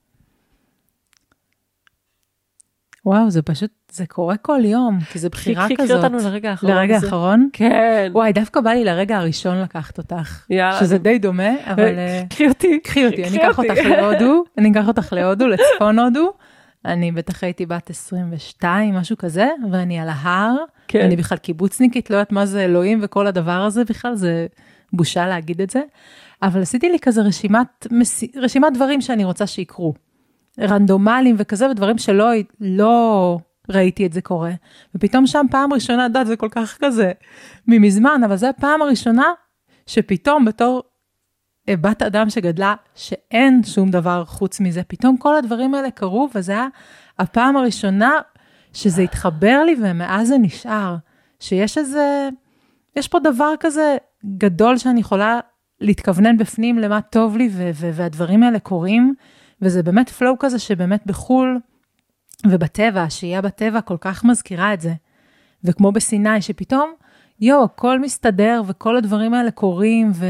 וואו, זה פשוט, זה קורה כל יום, כי זה בחירה כזאת. קחי אותנו לרגע האחרון. לרגע האחרון? כן. וואי, דווקא בא לי לרגע הראשון לקחת אותך. יאללה. שזה די דומה, אבל... קחי אותי. קחי אותי, אני אקח אותך להודו, אני אקח אותך להודו, לצפון הודו. אני בטח הייתי בת עשרים ושתיים, משהו כזה, ואני על ההר. כן. אני בכלל קיבוצניקית, לא יודעת מה זה אלוהים וכל הדבר הזה בכלל, זה בושה להגיד את זה. אבל עשיתי לי כזה רשימת, רשימת דברים שאני רוצה שיקרו. רנדומליים וכזה, ודברים שלא לא ראיתי את זה קורה. ופתאום שם פעם ראשונה, דעת, זה כל כך כזה ממזמן, אבל זו הפעם הראשונה שפתאום בתור בת אדם שגדלה, שאין שום דבר חוץ מזה, פתאום כל הדברים האלה קרו, וזה היה הפעם הראשונה שזה התחבר לי, ומאז זה נשאר. שיש איזה, יש פה דבר כזה גדול שאני יכולה להתכוונן בפנים למה טוב לי, ו- ו- והדברים האלה קורים, וזה באמת פלואו כזה שבאמת בחול ובטבע, שיהיה בטבע כל כך מזכירה את זה. וכמו בסיני, שפתאום, יו, הכל מסתדר, וכל הדברים האלה קורים, ו...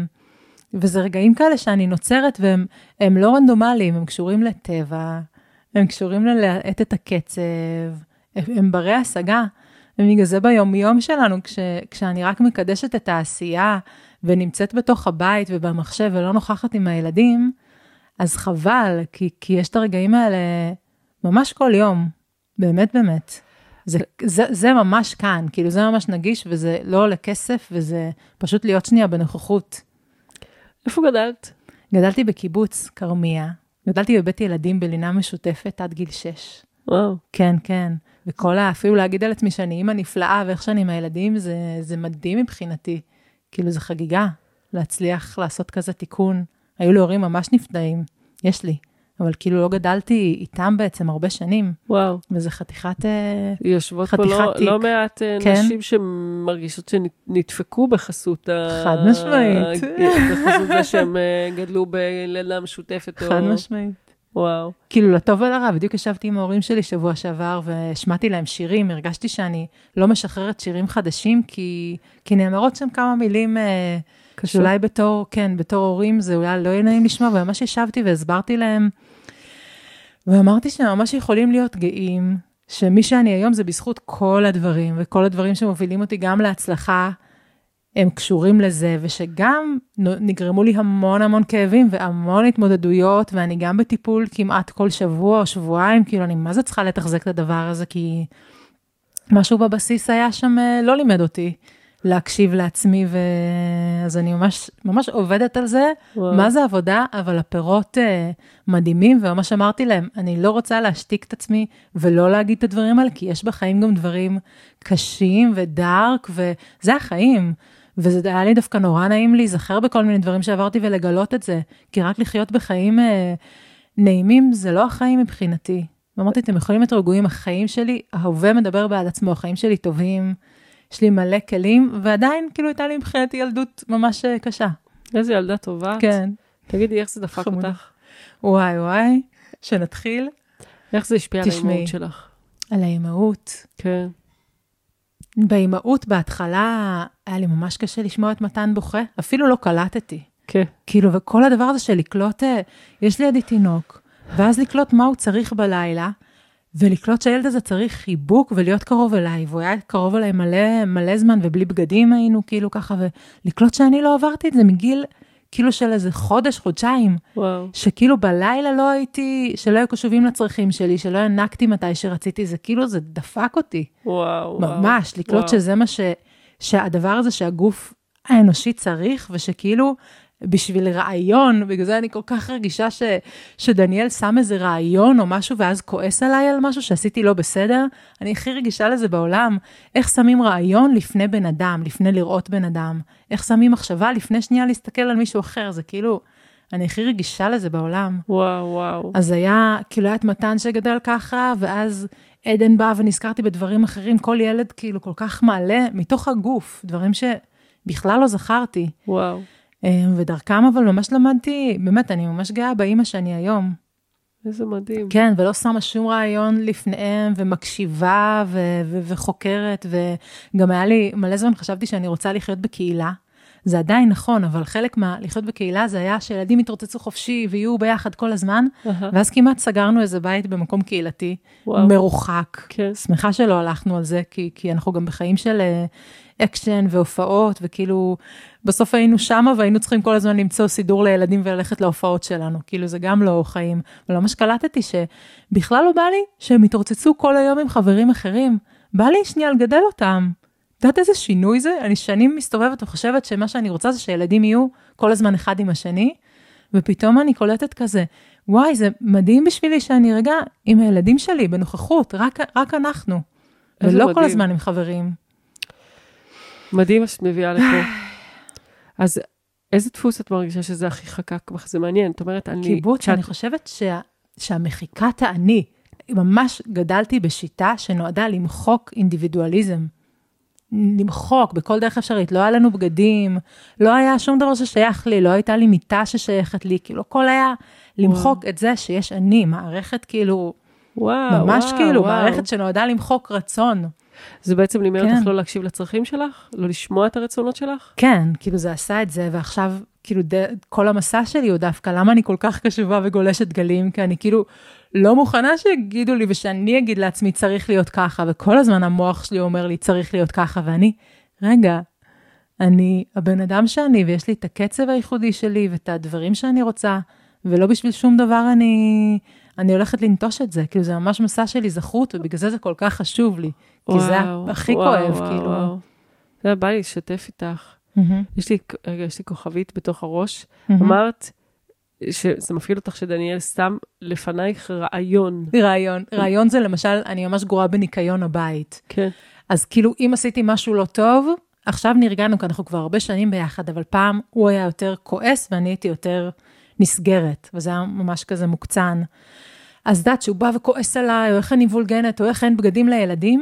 וזה רגעים כאלה שאני נוצרת, והם הם לא רנדומליים, הם קשורים לטבע, הם קשורים ללהט את הקצב, הם, הם ברי השגה, הם נגזה ביום יום שלנו, כש, כשאני רק מקדשת את העשייה, ונמצאת בתוך הבית ובמחשב, ולא נוכחת עם הילדים, אז חבל, כי, כי יש את הרגעים האלה ממש כל יום, באמת באמת. זה, זה, זה ממש כאן, כאילו זה ממש נגיש, וזה לא עולה כסף, וזה פשוט להיות שנייה בנוכחות. איפה גדלת? גדלתי בקיבוץ קרמיה, גדלתי בבית ילדים בלינה משותפת עד גיל שש. וואו. כן, כן. וכל ה... אפילו להגיד על עצמי שאני אימא נפלאה, ואיך שאני עם הילדים, זה, זה מדהים מבחינתי. כאילו זה חגיגה, להצליח לעשות כזה תיקון. היו לי הורים ממש נפלאים, יש לי. אבל כאילו לא גדלתי איתם בעצם הרבה שנים. וואו. וזה חתיכת יושבות פה לא, לא מעט כן? נשים שמרגישות שנדפקו בחסות חד ה... משמעית. בחסות זה שהם גדלו בלידה משותפת. חד או... משמעית. וואו. כאילו לטוב ולרע, בדיוק ישבתי עם ההורים שלי שבוע שעבר, והשמעתי להם שירים, הרגשתי שאני לא משחררת שירים חדשים, כי, כי נאמרות שם כמה מילים... שאולי בתור, כן, בתור הורים זה אולי לא יהיה נעים לשמוע, וממש ישבתי והסברתי להם, ואמרתי שהם ממש יכולים להיות גאים, שמי שאני היום זה בזכות כל הדברים, וכל הדברים שמובילים אותי גם להצלחה, הם קשורים לזה, ושגם נגרמו לי המון המון כאבים, והמון התמודדויות, ואני גם בטיפול כמעט כל שבוע או שבועיים, כאילו אני מה זה צריכה לתחזק את הדבר הזה, כי משהו בבסיס היה שם לא לימד אותי, להקשיב לעצמי, ואז אני ממש, ממש עובדת על זה, וואו. מה זה עבודה, אבל הפירות uh, מדהימים, וממש אמרתי להם, אני לא רוצה להשתיק את עצמי, ולא להגיד את הדברים האלה, כי יש בחיים גם דברים קשים ודארק, וזה החיים, וזה היה לי דווקא נורא נעים להיזכר בכל מיני דברים שעברתי, ולגלות את זה, כי רק לחיות בחיים uh, נעימים, זה לא החיים מבחינתי. ואמרתי, אתם יכולים להיות רגועים, החיים שלי, ההווה מדבר בעד עצמו, החיים שלי טובים, יש לי מלא כלים, ועדיין כאילו הייתה לי מבחינתי ילדות ממש קשה. איזה ילדה טובה. כן. תגידי, איך זה דפק חמודה. אותך? וואי וואי, שנתחיל. איך זה השפיע על האימהות שלך? על האימהות. כן. באימהות בהתחלה היה לי ממש קשה לשמוע את מתן בוכה, אפילו לא קלטתי. כן. כאילו, וכל הדבר הזה של לקלוט, יש לידי תינוק, ואז לקלוט מה הוא צריך בלילה, ולקלוט שהילד הזה צריך חיבוק ולהיות קרוב אליי, והוא היה קרוב אליי מלא, מלא זמן, ובלי בגדים היינו כאילו ככה, ולקלוט שאני לא עברתי את זה מגיל כאילו של איזה חודש, חודשיים, וואו. שכאילו בלילה לא הייתי, שלא היו קשובים לצרכים שלי, שלא ינקתי מתי שרציתי, זה כאילו זה דפק אותי. וואו. ממש, וואו. לקלוט וואו. שזה מה ש, שהדבר הזה שהגוף האנושי צריך, ושכאילו, בשביל רעיון, בגלל זה אני כל כך רגישה ש, שדניאל שם איזה רעיון או משהו, ואז כועס עליי על משהו שעשיתי לא בסדר, אני הכי רגישה לזה בעולם, איך שמים רעיון לפני בן אדם, לפני לראות בן אדם, איך שמים מחשבה לפני שנייה להסתכל על מישהו אחר, זה כאילו, אני הכי רגישה לזה בעולם. וואו, וואו. אז היה, כאילו היה את מתן שגדל ככה, ואז עדן בא ונזכרתי בדברים אחרים, כל ילד כאילו כל כך מעלה מתוך הגוף, דברים שבכלל לא זכרתי. וואו. ודרכם אבל ממש למדתי, באמת, אני ממש גאה באמא שאני היום. איזה מדהים. כן, ולא שמה שום רעיון לפניהם, ומקשיבה, ו- ו- וחוקרת, וגם היה לי מלא זמן, חשבתי שאני רוצה לחיות בקהילה, זה עדיין נכון, אבל חלק מה לחיות בקהילה זה היה שילדים יתרוצצו חופשי ויהיו ביחד כל הזמן, uh-huh. ואז כמעט סגרנו איזה בית במקום קהילתי, וואו. מרוחק. כן. שמחה שלא הלכנו על זה, כי, כי אנחנו גם בחיים של אקשן והופעות, וכאילו בסוף היינו שמה והיינו צריכים כל הזמן למצוא סידור לילדים וללכת להופעות שלנו, כאילו זה גם לא חיים. ולא ממש קלטתי שבכלל לא בא לי שהם יתרוצצו כל היום עם חברים אחרים, בא לי שנייה לגדל אותם. יודעת איזה שינוי זה? אני שנים מסתובבת וחושבת שמה שאני רוצה זה שילדים יהיו כל הזמן אחד עם השני, ופתאום אני קולטת כזה, וואי, זה מדהים בשבילי שאני רגע עם הילדים שלי בנוכחות, רק, רק אנחנו, ולא מדהים. כל הזמן עם חברים. מדהים שאת מביאה לפה. אז איזה דפוס את מרגישה שזה הכי חקק בך? זה מעניין, את אומרת, אני... קיבוץ, שאת... אני חושבת שה... שהמחיקת האני, ממש גדלתי בשיטה שנועדה למחוק אינדיבידואליזם. למחוק בכל דרך אפשרית, לא היה לנו בגדים, לא היה שום דבר ששייך לי, לא הייתה לי מיטה ששייכת לי, כאילו הכל היה למחוק וואו. את זה שיש אני, מערכת כאילו, וואו, ממש וואו, כאילו, וואו. מערכת שנועדה למחוק רצון. זה בעצם לימד כן. אותך לא להקשיב לצרכים שלך? לא לשמוע את הרצונות שלך? כן, כאילו זה עשה את זה, ועכשיו כאילו ד... כל המסע שלי הוא דווקא, למה אני כל כך קשובה וגולשת גלים, כי אני כאילו לא מוכנה שיגידו לי, ושאני אגיד לעצמי צריך להיות ככה, וכל הזמן המוח שלי אומר לי צריך להיות ככה, ואני, רגע, אני הבן אדם שאני, ויש לי את הקצב הייחודי שלי, ואת הדברים שאני רוצה, ולא בשביל שום דבר אני, אני הולכת לנטוש את זה, כאילו זה ממש מסע שלי זכות, ובגלל זה זה כל כך חשוב לי, כי וואו, זה הכי וואו, כואב, וואו, כאילו. וואו. זה בא לי לשתף איתך. Mm-hmm. יש לי, רגע, יש לי כוכבית בתוך הראש, mm-hmm. אמרת, שזה מפעיל אותך שדניאל שם לפנייך רעיון. רעיון. רעיון זה למשל, אני ממש גרועה בניקיון הבית. כן. אז כאילו, אם עשיתי משהו לא טוב, עכשיו נרגענו, כי אנחנו כבר הרבה שנים ביחד, אבל פעם הוא היה יותר כועס, ואני הייתי יותר נסגרת, וזה היה ממש כזה מוקצן. אז דעת שהוא בא וכועס עליי, או איך אני וולגנת, או איך אין בגדים לילדים,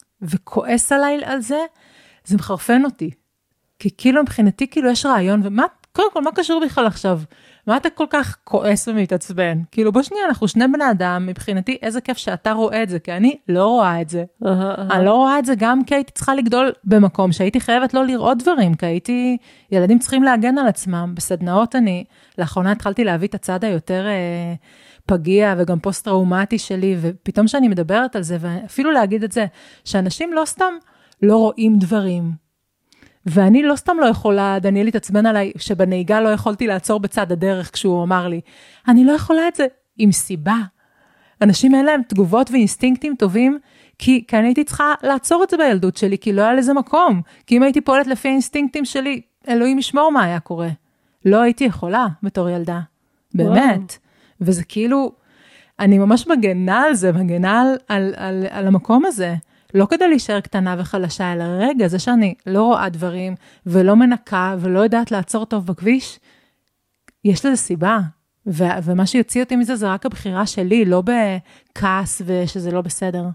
וכועס עליי על זה, זה מחרפן אותי. כי כאילו מבחינתי, כאילו יש רעיון, ומה, קודם כל, מה קשור בכלל עכשיו? מה אתה כל כך כועס ומתעצבן? כאילו, בוא שנייה, אנחנו שני בני אדם, מבחינתי, איזה כיף שאתה רואה את זה, כי אני לא רואה את זה. Uh-huh, uh-huh. אני לא רואה את זה גם כי הייתי צריכה לגדול במקום, שהייתי חייבת לא לראות דברים, כי הייתי, ילדים צריכים להגן על עצמם. בסדנאות אני, לאחרונה התחלתי להביא את הצד היותר אה, פגיע, וגם פוסט-טראומטי שלי, ופתאום שאני מדברת על זה, ואפילו להגיד את זה, שאנשים לא סתם לא רואים דברים, ואני לא סתם לא יכולה, דניאל התעצבן עליי, שבנהיגה לא יכולתי לעצור בצד הדרך, כשהוא אמר לי, אני לא יכולה את זה עם סיבה. אנשים אין להם תגובות ואינסטינקטים טובים, כי, כי אני הייתי צריכה לעצור את זה בילדות שלי, כי לא היה לזה מקום. כי אם הייתי פועלת לפי האינסטינקטים שלי, אלוהים ישמור מה היה קורה. לא הייתי יכולה בתור ילדה. באמת. וואו. וזה כאילו, אני ממש מגנה על זה, מגנה על, על, על, על המקום הזה. לא כדי להישאר קטנה וחלשה, אלא רגע, זה שאני לא רואה דברים, ולא מנקה, ולא יודעת לעצור טוב בכביש, יש לזה סיבה. ו- ומה שיוציא אותי מזה, זה רק הבחירה שלי, לא בכעס ושזה לא בסדר.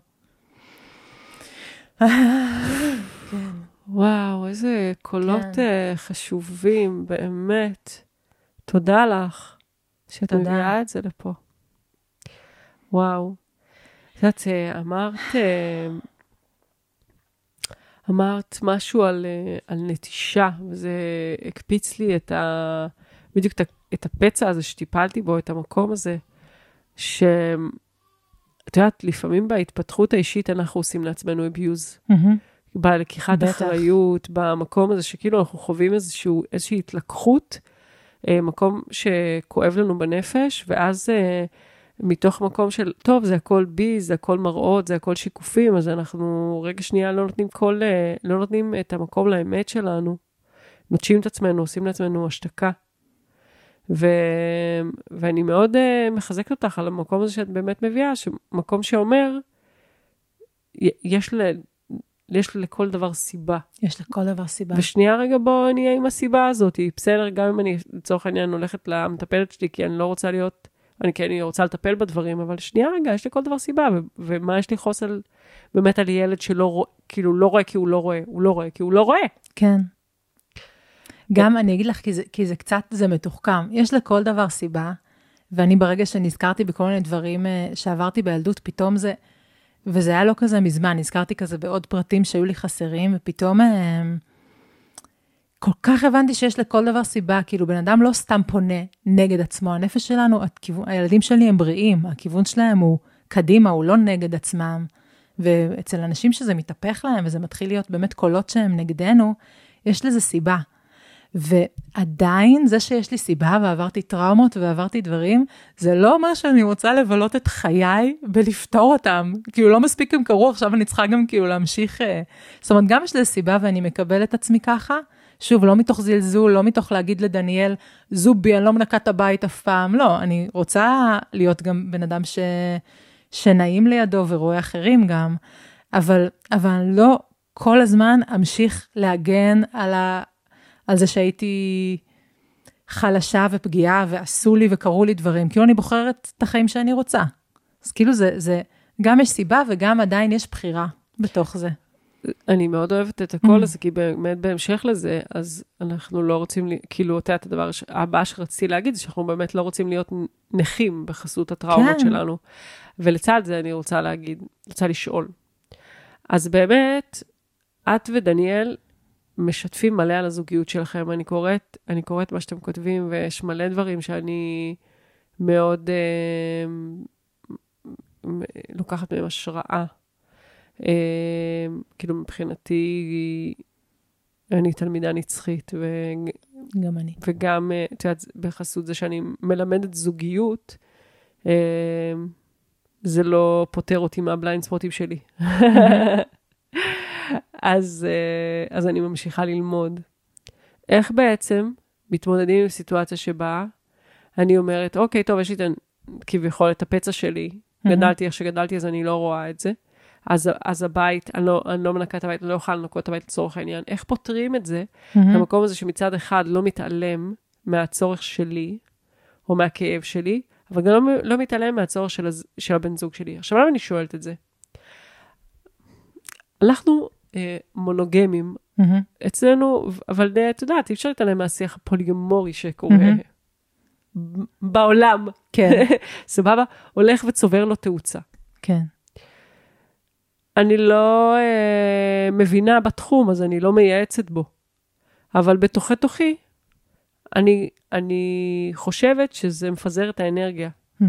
וואו, איזה קולות כן. חשובים, באמת. תודה לך, שאת מביאה את זה לפה. וואו. את אמרת... אמרת משהו על, על נטישה, וזה הקפיץ לי את ה, בדיוק את הפצע הזה שטיפלתי בו, את המקום הזה, שאת יודעת, לפעמים בהתפתחות האישית אנחנו עושים לעצמנו אביוז, mm-hmm. בלקיחת אחריות, במקום הזה שכאילו אנחנו חווים איזשהו, איזושהי התלקחות, מקום שכואב לנו בנפש, ואז מתוך מקום של, טוב, זה הכל בי, זה הכל מראות, זה הכל שיקופים, אז אנחנו רגע שנייה לא נותנים כל, לא נותנים את המקום לאמת שלנו, נוטשים את עצמנו, עושים לעצמנו השתקה. ו, ואני מאוד uh, מחזקת אותך על המקום הזה שאת באמת מביאה, שמקום שאומר, יש, ל, יש לכל דבר סיבה. יש לכל דבר סיבה. ושנייה רגע בוא נהיה עם הסיבה הזאת, היא בסדר, גם אם אני לצורך העניין הולכת למטפלת שלי, כי אני לא רוצה להיות, אני כן, אני רוצה לטפל בדברים, אבל שנייה רגע, יש לכל דבר סיבה, ו- ומה יש לי חוס על, באמת על ילד שלא רואה, כאילו לא רואה כי הוא לא רואה, הוא לא רואה כי הוא לא רואה. כן. גם אני אגיד לך, כי זה, כי זה קצת, זה מתוחכם. יש לכל דבר סיבה, ואני ברגע שנזכרתי בכל מיני דברים שעברתי בילדות, פתאום זה, וזה היה לא כזה מזמן, נזכרתי כזה בעוד פרטים שהיו לי חסרים, ופתאום כל כך הבנתי שיש לכל דבר סיבה, כאילו בן אדם לא סתם פונה נגד עצמו, הנפש שלנו, הכיוון, הילדים שלי הם בריאים, הכיוון שלהם הוא קדימה, הוא לא נגד עצמם, ואצל אנשים שזה מתהפך להם, וזה מתחיל להיות באמת קולות שהם נגדנו, יש לזה סיבה. ועדיין זה שיש לי סיבה ועברתי טראומות ועברתי דברים, זה לא אומר שאני רוצה לבלות את חיי בלפתור אותם. כאילו לא מספיק הם קרו, עכשיו אני צריכה גם כאילו להמשיך. זאת אומרת, גם יש לזה סיבה ואני מקבל את עצמי ככה. שוב, לא מתוך זלזול, לא מתוך להגיד לדניאל, זובי, אני לא מנקה את הבית אף פעם. לא, אני רוצה להיות גם בן אדם ש... שנעים לידו ורואה אחרים גם. אבל, אבל לא כל הזמן אמשיך להגן על ה... על זה שהייתי חלשה ופגיעה, ועשו לי וקראו לי דברים, כאילו אני בוחרת את החיים שאני רוצה. אז כאילו זה, זה, גם יש סיבה, וגם עדיין יש בחירה בתוך זה. אני מאוד אוהבת את הכל הזה, כי באמת בהמשך לזה, אז אנחנו לא רוצים, כאילו, אותה את הדבר הבא שרציתי להגיד, זה שאנחנו באמת לא רוצים להיות נכים בחסות הטראומות כן. שלנו. ולצד זה אני רוצה להגיד, רוצה לשאול. אז באמת, את ודניאל, משתפים מלא על הזוגיות שלכם. אני קוראת, אני קוראת מה שאתם כותבים, ויש מלא דברים שאני מאוד אה, לוקחת מהם השראה. אה, כאילו מבחינתי, אני תלמידה נצחית, ו, גם אני. וגם, את יודעת, בחסות זה שאני מלמדת זוגיות, אה, זה לא פותר אותי מהבליינד ספוטים שלי. אז, אז אני ממשיכה ללמוד. איך בעצם מתמודדים עם סיטואציה שבה אני אומרת, אוקיי, טוב, יש לי כביכול את הפצע שלי, גדלתי איך שגדלתי, אז אני לא רואה את זה. אז, אז הבית, אני לא, אני לא מנקה את הבית, אני לא אוכל לנקות את הבית לצורך העניין. איך פותרים את זה? המקום הזה שמצד אחד לא מתעלם מהצורך שלי, או מהכאב שלי, אבל גם לא, לא מתעלם מהצורך של, של הבן זוג שלי. עכשיו, למה אני שואלת את זה? אנחנו אה, מונוגמים mm-hmm. אצלנו, אבל את יודעת, אי אפשר להתעלם מהשיח הפוליגמורי שקורה mm-hmm. בעולם. כן. סבבה? הולך וצובר לו תאוצה. כן. אני לא אה, מבינה בתחום, אז אני לא מייעצת בו. אבל בתוכי תוכי, אני, אני חושבת שזה מפזר את האנרגיה. Mm-hmm.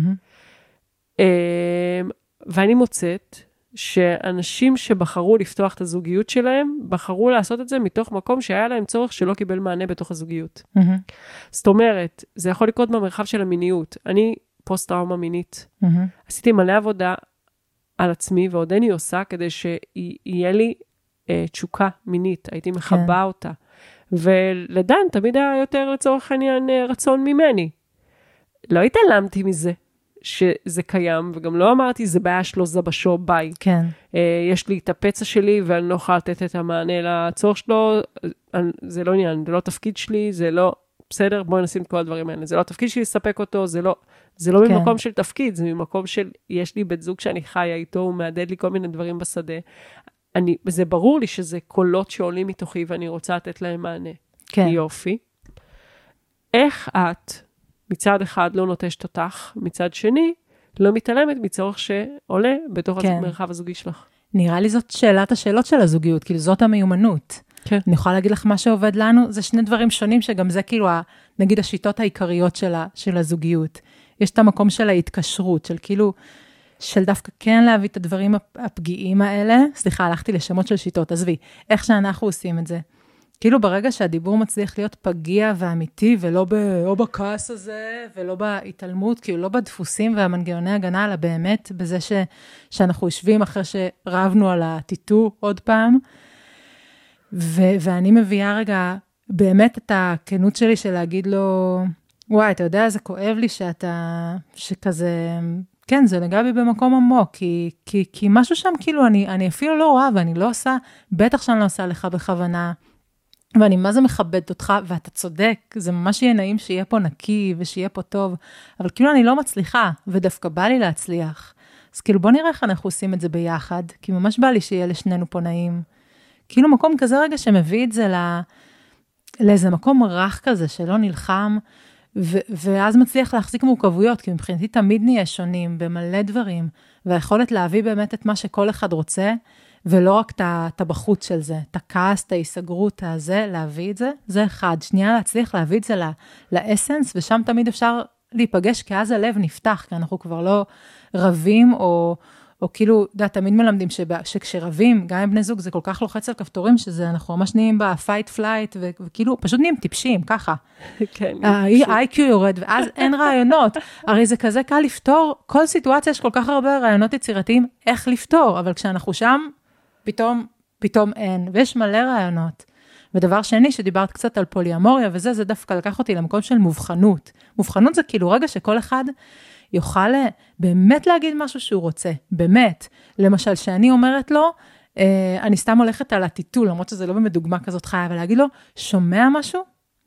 אה, ואני מוצאת, שאנשים שבחרו לפתוח את הזוגיות שלהם, בחרו לעשות את זה מתוך מקום שהיה להם צורך שלא קיבל מענה בתוך הזוגיות. Mm-hmm. זאת אומרת, זה יכול לקרות במרחב של המיניות. אני פוסט-טראומה מינית. Mm-hmm. עשיתי מלא עבודה על עצמי, ועודני עושה כדי שיהיה לי אה, תשוקה מינית. הייתי מחבה כן. אותה. ולדן תמיד היה יותר לצורך העניין רצון ממני. לא התעלמתי מזה. שזה קיים, וגם לא אמרתי, זה בעיה שלו, זה בשו, ביי. כן. Uh, יש לי את הפצע שלי, ואני לא יכולה לתת את המענה לצורך שלו, אני, זה לא עניין, זה לא תפקיד שלי, זה לא, בסדר, בואי נשים את כל הדברים האלה, זה לא תפקיד שלי לספק אותו, זה לא, זה לא כן. ממקום של תפקיד, זה ממקום של, יש לי בית זוג שאני חיה איתו, הוא מעדד לי כל מיני דברים בשדה, אני, זה ברור לי שזה קולות שעולים מתוכי, ואני רוצה לתת להם מענה. כן. יופי. איך את... מצד אחד לא נוטשת אותך, מצד שני, לא מתעלמת מצורך שעולה בתוך כן. המרחב הזוגי שלך. נראה לי זאת שאלת השאלות של הזוגיות, כאילו זאת המיומנות. כן. אני יכולה להגיד לך מה שעובד לנו, זה שני דברים שונים, שגם זה כאילו, נגיד, השיטות העיקריות של, ה, של הזוגיות. יש את המקום של ההתקשרות, של כאילו, של דווקא כן להביא את הדברים הפגיעים האלה, סליחה, הלכתי לשמות של שיטות, עזבי, איך שאנחנו עושים את זה. כאילו ברגע שהדיבור מצליח להיות פגיע ואמיתי, ולא ב, או בכעס הזה, ולא בהתעלמות, כאילו לא בדפוסים והמנגנוני הגנה, אלא באמת בזה ש, שאנחנו יושבים אחרי שרבנו על הטיטו עוד פעם, ו, ואני מביאה רגע באמת את הכנות שלי של להגיד לו, וואי, אתה יודע, זה כואב לי שאתה, שכזה, כן, זה נגע בי במקום עמוק, כי, כי, כי משהו שם כאילו, אני, אני אפילו לא רואה, ואני לא עושה, בטח שאני לא עושה לך בכוונה, ואני מה זה מכבדת אותך, ואתה צודק, זה ממש יהיה נעים שיהיה פה נקי, ושיהיה פה טוב, אבל כאילו אני לא מצליחה, ודווקא בא לי להצליח. אז כאילו בוא נראה איך אנחנו עושים את זה ביחד, כי ממש בא לי שיהיה לשנינו פה נעים. כאילו מקום כזה רגע שמביא את זה לא, לאיזה מקום רך כזה, שלא נלחם, ו- ואז מצליח להחזיק מורכבויות, כי מבחינתי תמיד נהיה שונים במלא דברים, והיכולת להביא באמת את מה שכל אחד רוצה, ולא רק את הבחוץ של זה, את הכעס, את ההיסגרות הזה, להביא את זה, זה אחד. שנייה, להצליח להביא את זה לאסנס, ושם תמיד אפשר להיפגש, כי אז הלב נפתח, כי אנחנו כבר לא רבים, או, או כאילו, דה, תמיד מלמדים שבא, שכשרבים, גם עם בני זוג, זה כל כך לוחץ על כפתורים, שזה אנחנו ממש נהיים ב-fight flight, וכאילו, פשוט נהיים טיפשים, ככה. כן. ה-איי קיו יורד, ואז אין רעיונות. הרי זה כזה קל לפתור, כל סיטואציה יש כל כך הרבה רעיונות יצירתיים, איך לפתור, אבל כשאנחנו שם, פתאום, פתאום אין, ויש מלא רעיונות. ודבר שני, שדיברת קצת על פוליאמוריה, וזה, זה דווקא לקח אותי למקום של מובחנות. מובחנות זה כאילו רגע שכל אחד יוכל באמת להגיד משהו שהוא רוצה, באמת. למשל, שאני אומרת לו, אה, אני סתם הולכת על הטיטול, למרות שזה לא באמת דוגמה כזאת חיה, אבל להגיד לו, שומע משהו?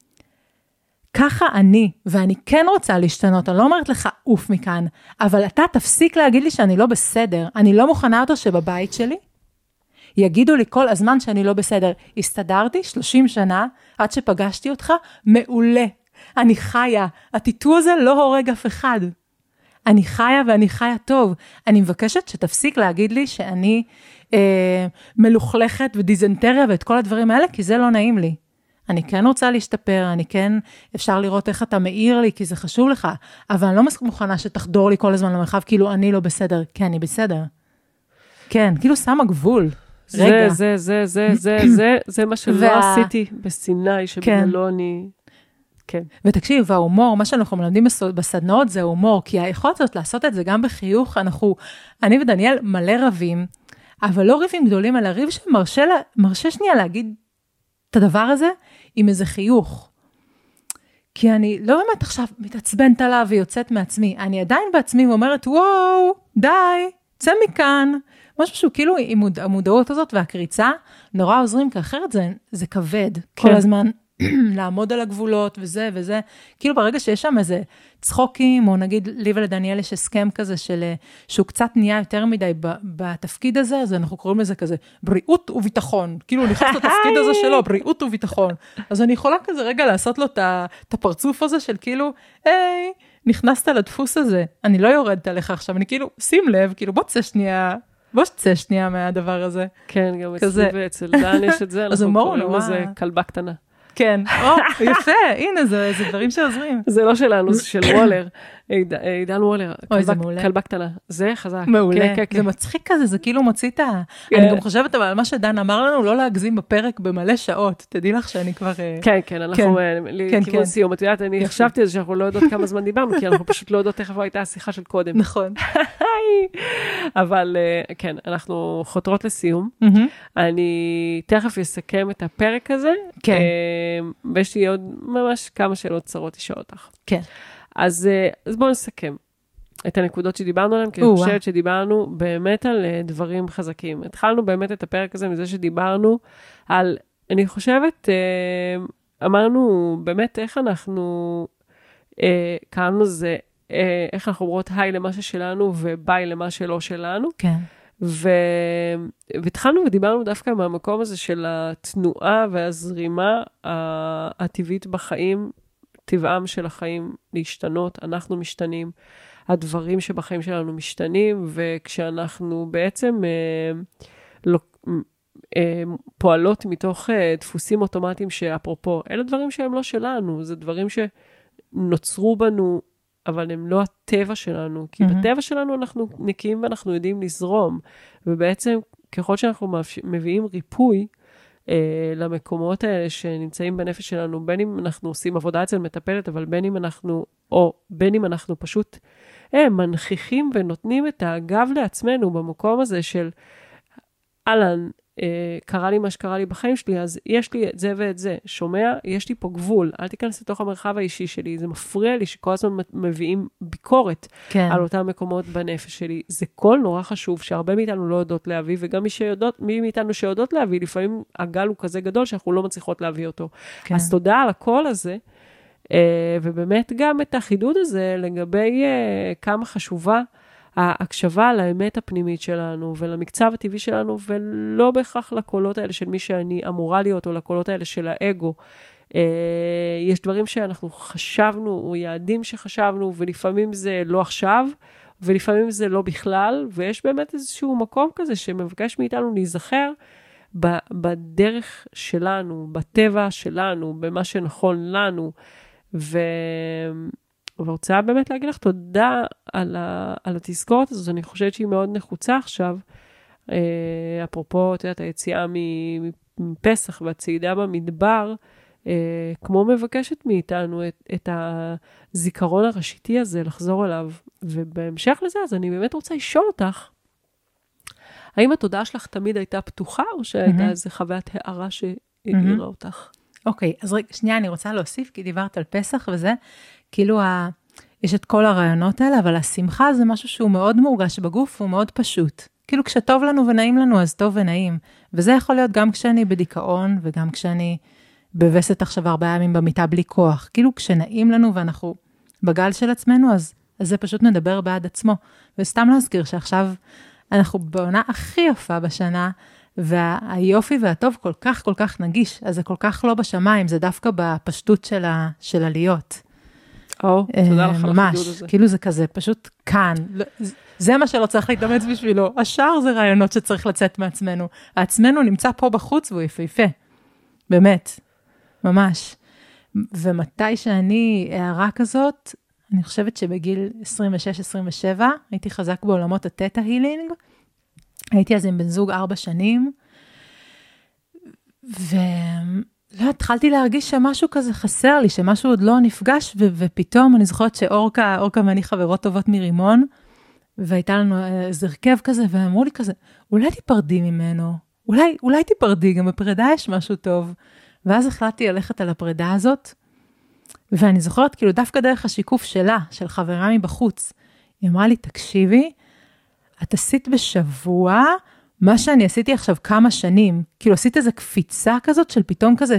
ככה אני, ואני כן רוצה להשתנות, אני לא אומרת לך, אוף מכאן, אבל אתה תפסיק להגיד לי שאני לא בסדר, אני לא מוכנה אותו שבבית שלי, יגידו לי כל הזמן שאני לא בסדר. הסתדרתי שלושים שנה, עד שפגשתי אותך, מעולה. אני חיה. הטיטו הזה לא הורג אף אחד. אני חיה ואני חיה טוב. אני מבקשת שתפסיק להגיד לי שאני אה, מלוכלכת ודיזנטריה ואת כל הדברים האלה, כי זה לא נעים לי. אני כן רוצה להשתפר, אני כן אפשר לראות איך אתה מאיר לי, כי זה חשוב לך, אבל אני לא מוכנה שתחדור לי כל הזמן למרחב, כאילו אני לא בסדר, כי אני בסדר. כן, כאילו שמה גבול. זה, זה, זה, זה, זה, זה, זה מה שלא עשיתי בסיני, שבגללו אני... כן. ותקשיב, ההומור, מה שאנחנו מלמדים בסדנאות זה הומור, כי היכולת הזאת לעשות את זה גם בחיוך, אנחנו, אני ודניאל מלא רבים, אבל לא ריבים גדולים, אלא ריב שמרשה שנייה להגיד את הדבר הזה עם איזה חיוך. כי אני לא באמת עכשיו מתעצבנת עליו ויוצאת מעצמי, אני עדיין בעצמי ואומרת, וואו, די, צא מכאן, משהו שהוא כאילו עם המודעות הזאת והקריצה, נורא עוזרים, כי אחרת זה, זה כבד, כן. כל הזמן לעמוד על הגבולות וזה וזה, כאילו ברגע שיש שם איזה צחוקים, או נגיד לי ולדניאל יש הסכם כזה, של, שהוא קצת נהיה יותר מדי בתפקיד הזה, אז אנחנו קוראים לזה כזה, בריאות וביטחון, כאילו נכנס לתפקיד הזה שלו, בריאות וביטחון, אז אני יכולה כזה רגע לעשות לו את הפרצוף הזה של כאילו, היי, נכנסת לדפוס הזה, אני לא יורדת עליך עכשיו, אני כאילו, שים לב, כאילו בוא תצא שנייה, בוא שתצא שנייה מהדבר הזה. כן, גם אצלי ואצל דן יש את זה, אנחנו קוראים לזה כלבה קטנה. כן, או, יפה, הנה, זה, זה דברים שעוזרים. זה לא שלנו, זה של וולר, עידן וולר, כלבה קטנה, זה חזק. מעולה, זה מצחיק כזה, זה כאילו מוציא את ה... אני גם חושבת, אבל מה שדן אמר לנו, לא להגזים בפרק במלא שעות, תדעי לך שאני כבר... כן, כן, אנחנו לכיוון סיום, את יודעת, אני חשבתי על זה שאנחנו לא יודעות כמה זמן דיברנו, כי אנחנו פשוט לא יודעות איך הייתה השיחה של קודם. נכון. אבל כן, אנחנו חותרות לסיום. אני תכף אסכם את הפרק הזה. כן. ויש לי עוד ממש כמה שאלות צרות לשאול אותך. כן. אז, אז בואו נסכם את הנקודות שדיברנו עליהן, כי אני חושבת שדיברנו באמת על דברים חזקים. התחלנו באמת את הפרק הזה מזה שדיברנו על, אני חושבת, אמרנו באמת איך אנחנו, קראנו זה, איך אנחנו אומרות היי למה ששלנו וביי למה שלא שלנו. כן. ו... והתחלנו ודיברנו דווקא מהמקום הזה של התנועה והזרימה הטבעית בחיים, טבעם של החיים להשתנות, אנחנו משתנים, הדברים שבחיים שלנו משתנים, וכשאנחנו בעצם אה, לא, אה, פועלות מתוך אה, דפוסים אוטומטיים שאפרופו, אלה דברים שהם לא שלנו, זה דברים שנוצרו בנו, אבל הם לא הטבע שלנו, כי mm-hmm. בטבע שלנו אנחנו נקיים ואנחנו יודעים לזרום, ובעצם ככל שאנחנו מביאים ריפוי אה, למקומות האלה שנמצאים בנפש שלנו, בין אם אנחנו עושים עבודה אצל מטפלת, אבל בין אם אנחנו, או בין אם אנחנו פשוט אה, מנכיחים ונותנים את הגב לעצמנו במקום הזה של, אלן, אה, קרה לי מה שקרה לי בחיים שלי, אז יש לי את זה ואת זה, שומע? יש לי פה גבול, אל תיכנס לתוך המרחב האישי שלי, זה מפריע לי שכל הזמן מביאים ביקורת כן. על אותם מקומות בנפש שלי, זה קול נורא חשוב, שהרבה מאיתנו לא יודעות להביא, וגם מי, שיודעות, מי מאיתנו שיודעות להביא, לפעמים הגל הוא כזה גדול שאנחנו לא מצליחות להביא אותו. כן. אז תודה על הקול הזה, אה, ובאמת גם את החידוד הזה, לגבי אה, כמה חשובה, ההקשבה לאמת הפנימית שלנו, ולמקצב הטבעי שלנו, ולא בהכרח לקולות האלה של מי שאני אמורה להיות, או לקולות האלה של האגו. יש דברים שאנחנו חשבנו, או יעדים שחשבנו, ולפעמים זה לא עכשיו, ולפעמים זה לא בכלל, ויש באמת איזשהו מקום כזה שמבקש מאיתנו להיזכר בדרך שלנו, בטבע שלנו, במה שנכון לנו, ו... ורוצה באמת להגיד לך תודה על, ה... על התזכורת הזאת, אני חושבת שהיא מאוד נחוצה עכשיו, אפרופו, את יודעת, היציאה מפסח והצעידה במדבר, כמו מבקשת מאיתנו את, את הזיכרון הראשיתי הזה, לחזור אליו, ובהמשך לזה, אז אני באמת רוצה לשאול אותך, האם התודעה שלך תמיד הייתה פתוחה, או שהייתה איזו חוויית הערה שהעירה אותך? אוקיי, אז רגע, שנייה, אני רוצה להוסיף, כי דיברת על פסח וזה, כאילו ה... יש את כל הרעיונות האלה, אבל השמחה זה משהו שהוא מאוד מורגש בגוף, הוא מאוד פשוט. כאילו כשטוב לנו ונעים לנו, אז טוב ונעים. וזה יכול להיות גם כשאני בדיכאון, וגם כשאני בווסת עכשיו ארבעה ימים במיטה בלי כוח. כאילו כשנעים לנו ואנחנו בגל של עצמנו, אז, אז זה פשוט מדבר בעד עצמו. וסתם להזכיר שעכשיו אנחנו בעונה הכי יפה בשנה, והיופי והטוב כל כך כל כך נגיש, אז זה כל כך לא בשמיים, זה דווקא בפשטות של, ה, של הלהיות. או, תודה לך על החידוד הזה. כאילו זה כזה, פשוט כאן. זה מה שלא צריך להתאמץ בשבילו. השאר זה רעיונות שצריך לצאת מעצמנו. העצמנו נמצא פה בחוץ והוא יפהפה. באמת. ממש. ומתי שאני הערה כזאת, אני חושבת שבגיל עשרים ושש עשרים ושבע, הייתי חזק בעולמות התטא הילינג, הייתי אז עם בן זוג ארבע שנים, ולא, התחלתי להרגיש שמשהו כזה חסר לי, שמשהו עוד לא נפגש, ו- ופתאום אני זוכרת שאורקה, אורקה ואני חברות טובות מרימון, והייתה לנו איזה הרכב כזה, ואמרו לי כזה, אולי תיפרדי ממנו, אולי, אולי תיפרדי, גם בפרידה יש משהו טוב. ואז החלטתי ללכת על הפרידה הזאת, ואני זוכרת כאילו דווקא דרך השיקוף שלה, של חברה מבחוץ, היא אמרה לי, תקשיבי, את עשית בשבוע, מה שאני עשיתי עכשיו כמה שנים, כאילו עשית איזו קפיצה כזאת, של פתאום כזה,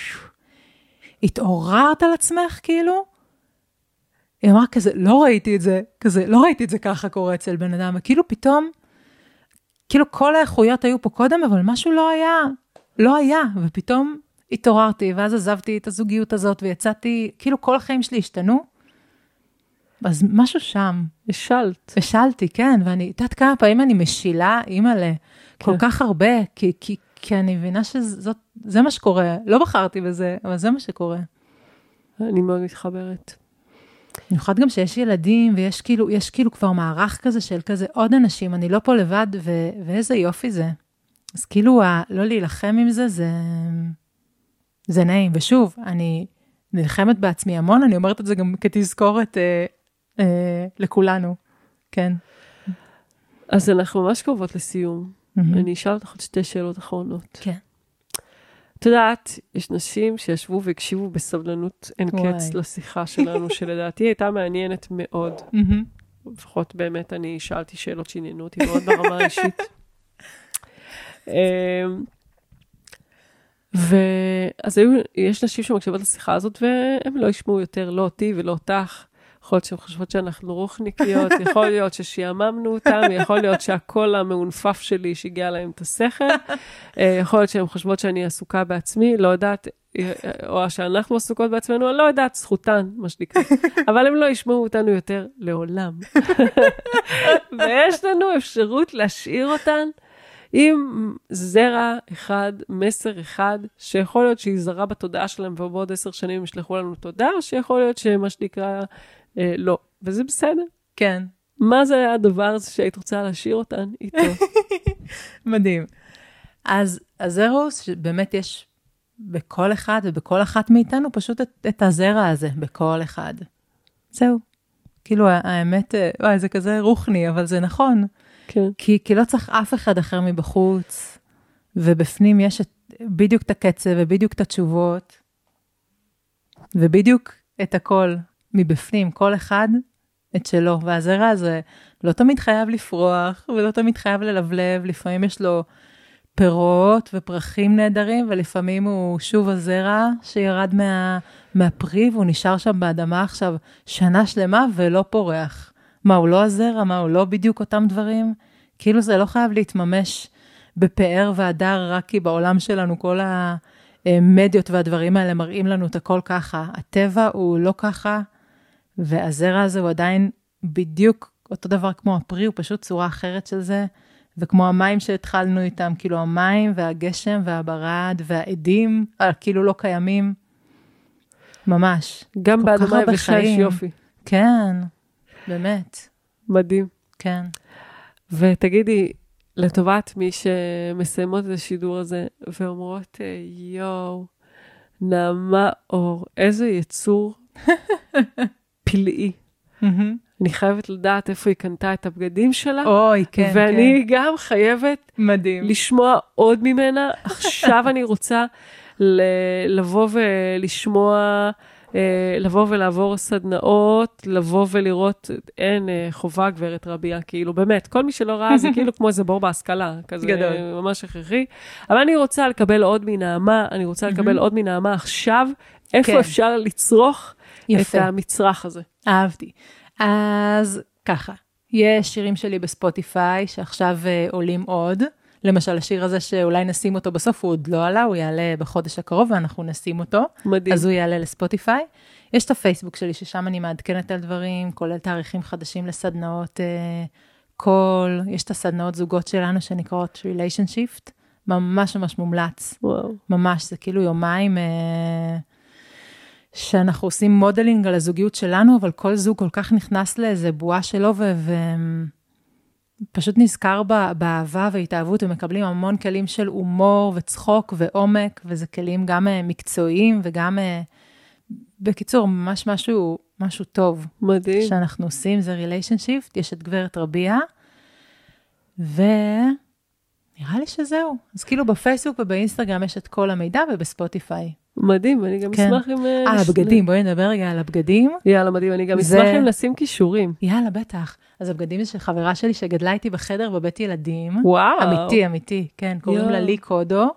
התעוררת על עצמך כאילו, היא אמרה כזה, לא ראיתי את זה, כזה, לא ראיתי את זה ככה קורה אצל בן אדם, וכאילו פתאום, כאילו כל האיכויות היו פה קודם, אבל משהו לא היה, לא היה, ופתאום התעוררתי, ואז עזבתי את הזוגיות הזאת, ויצאתי, כאילו כל החיים שלי השתנו, אז משהו שם. השלת. השלתי, כן, ואני, יודעת כמה פעמים אני משילה, אימא'לה, כל כך הרבה, כי, כי, כי אני מבינה שזה זה מה שקורה, לא בחרתי בזה, אבל זה מה שקורה. אני מאוד מתחברת. במיוחד גם שיש ילדים, ויש כאילו, יש כאילו כבר מערך כזה של כזה עוד אנשים, אני לא פה לבד, ו, ואיזה יופי זה. אז כאילו, ה, לא להילחם עם זה, זה, זה נעים. ושוב, אני נלחמת בעצמי המון, אני אומרת את זה גם כתזכורת אה, אה, לכולנו. כן. אז אנחנו ממש קרובות לסיום. Mm-hmm. אני אשאל אותך עוד שתי שאלות אחרונות. כן. את יודעת, יש נשים שישבו והקשיבו בסבלנות אין קץ לשיחה שלנו, שלדעתי הייתה מעניינת מאוד. לפחות באמת אני שאלתי שאלות שעניינו אותי מאוד ברמה האישית. ואז היו, יש נשים שמקשיבות לשיחה הזאת, והם לא ישמעו יותר לא אותי ולא אותך. יכול להיות שהן חושבות שאנחנו רוחניקיות, יכול להיות ששיעממנו אותם, יכול להיות שהקול המעונפף שלי שהגיע להם את השכל, יכול להיות שהן חושבות שאני עסוקה בעצמי, לא יודעת, או שאנחנו עסוקות בעצמנו, לא יודעת, זכותן, מה שנקרא. אבל הם לא ישמעו אותנו יותר לעולם. ויש לנו אפשרות להשאיר אותן עם זרע אחד, מסר אחד, שיכול להיות שהיא זרה בתודעה שלהם, ובעוד עשר שנים ישלחו לנו תודה, או שיכול להיות שמה שנקרא, אה, לא. וזה בסדר. כן. מה זה היה הדבר הזה שהיית רוצה להשאיר אותן איתו? מדהים. אז הזרוס, שבאמת יש בכל אחד ובכל אחת מאיתנו, פשוט את, את הזרע הזה, בכל אחד. זהו. כאילו, האמת, וואי, זה כזה רוחני, אבל זה נכון. כן. כי, כי לא צריך אף אחד אחר מבחוץ, ובפנים יש את, בדיוק את הקצב, ובדיוק את התשובות, ובדיוק את הכל מבפנים, כל אחד את שלו, והזרע הזה לא תמיד חייב לפרוח, ולא תמיד חייב ללבלב, לפעמים יש לו פירות ופרחים נהדרים, ולפעמים הוא שוב הזרע שירד מה, מהפרי, והוא נשאר שם באדמה עכשיו שנה שלמה ולא פורח. מה, הוא לא הזרע? מה, הוא לא בדיוק אותם דברים? כאילו זה לא חייב להתממש בפאר והדר, רק כי בעולם שלנו כל המדיות והדברים האלה מראים לנו את הכל ככה. הטבע הוא לא ככה, והזרע הזה הוא עדיין בדיוק אותו דבר כמו הפרי, הוא פשוט צורה אחרת של זה, וכמו המים שהתחלנו איתם, כאילו המים והגשם והברד והעדים, כאילו לא קיימים, ממש. גם באדמה יבשה יש יופי. כן, באמת. מדהים. כן. ותגידי, לטובת מי שמסיימות את השידור הזה, ואומרות, יואו, נעמה אור, איזה יצור פלאי. אני חייבת לדעת איפה היא קנתה את הבגדים שלה. אוי, כן, ואני כן. גם חייבת מדהים. לשמוע עוד ממנה. עכשיו אני רוצה לבוא ולשמוע, לבוא ולעבור סדנאות, לבוא ולראות, אין חובה גברת רביה, כאילו באמת, כל מי שלא ראה זה כאילו כמו איזה בור בהשכלה, כזה גדול. ממש הכרחי. אבל אני רוצה לקבל עוד מנעמה, אני רוצה לקבל עוד מנעמה עכשיו, איפה כן. אפשר לצרוך יפה. את המצרך הזה. אהבתי. אז ככה, יש שירים שלי בספוטיפיי שעכשיו uh, עולים עוד, למשל השיר הזה שאולי נשים אותו בסוף, הוא עוד לא עלה, הוא יעלה בחודש הקרוב ואנחנו נשים אותו. מדהים. אז הוא יעלה לספוטיפיי. יש את הפייסבוק שלי ששם אני מעדכנת על דברים, כולל תאריכים חדשים לסדנאות uh, קול, יש את הסדנאות זוגות שלנו שנקראות Relationship, ממש ממש מומלץ. וואו. ממש, זה כאילו יומיים... Uh, שאנחנו עושים מודלינג על הזוגיות שלנו, אבל כל זוג כל כך נכנס לאיזה בועה שלו, ופשוט נזכר באהבה והתאהבות, ומקבלים המון כלים של הומור וצחוק ועומק, וזה כלים גם מקצועיים, וגם, בקיצור, ממש משהו, משהו טוב. מדהים. שאנחנו עושים, זה ריליישנשיפט, יש את גברת רביה, ונראה לי שזהו. אז כאילו בפייסבוק ובאינסטגרם יש את כל המידע, ובספוטיפיי. מדהים, אני גם אשמח אם... אה, הבגדים, בואי נדבר רגע על הבגדים. יאללה, מדהים, אני גם אשמח אם נשים קישורים. יאללה, בטח. אז הבגדים זה של חברה שלי שגדלה איתי בחדר בבית ילדים. וואו. אמיתי, אמיתי, כן, קוראים לה לי קודו.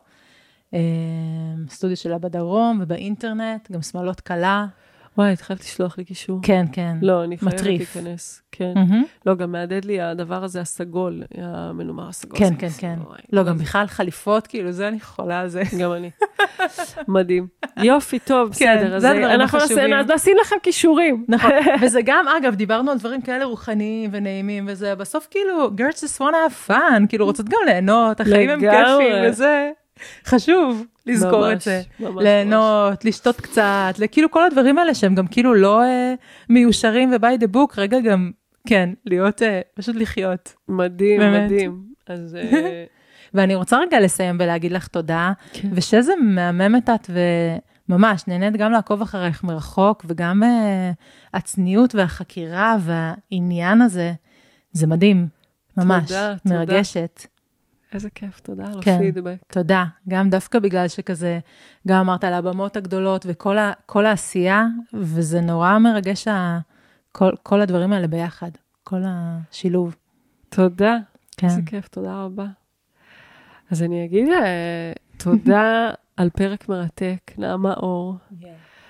סטודיו שלה בדרום ובאינטרנט, גם שמאלות קלה. וואי, התחלת לשלוח לי קישור. כן, כן. לא, אני חייבת מטריף. להיכנס. כן. לא, גם מעדד לי הדבר הזה הסגול, המנומר הסגול. כן, כן, כן. לא, גם בכלל חליפות, כאילו זה אני חולה על זה. גם אני. מדהים. יופי, טוב, בסדר. זה הדברים החשובים. אז נשים לכם קישורים. נכון. וזה גם, אגב, דיברנו על דברים כאלה רוחניים ונעימים, וזה בסוף כאילו, girls just want to have fun, כאילו רוצות גם ליהנות, החיים הם כיפים, וזה חשוב. לזכור ממש, את זה, ממש, ליהנות, ממש. לשתות קצת, כאילו כל הדברים האלה שהם גם כאילו לא אה, מיושרים וביי דה בוק, רגע גם, כן, להיות, אה, פשוט לחיות. מדהים, באמת. מדהים. אז, אה... ואני רוצה רגע לסיים ולהגיד לך תודה, כן. ושזה מהממת את וממש נהנית גם לעקוב אחריך מרחוק, וגם אה, הצניעות והחקירה והעניין הזה, זה מדהים, ממש, תודה, מרגשת. תודה. איזה כיף, תודה על כן, הפידבק. תודה, גם דווקא בגלל שכזה, גם אמרת על הבמות הגדולות וכל ה, כל העשייה, וזה נורא מרגש כל, כל הדברים האלה ביחד, כל השילוב. תודה, כן. איזה כיף, תודה רבה. אז אני אגיד תודה על פרק מרתק, נעמה אור. Yeah.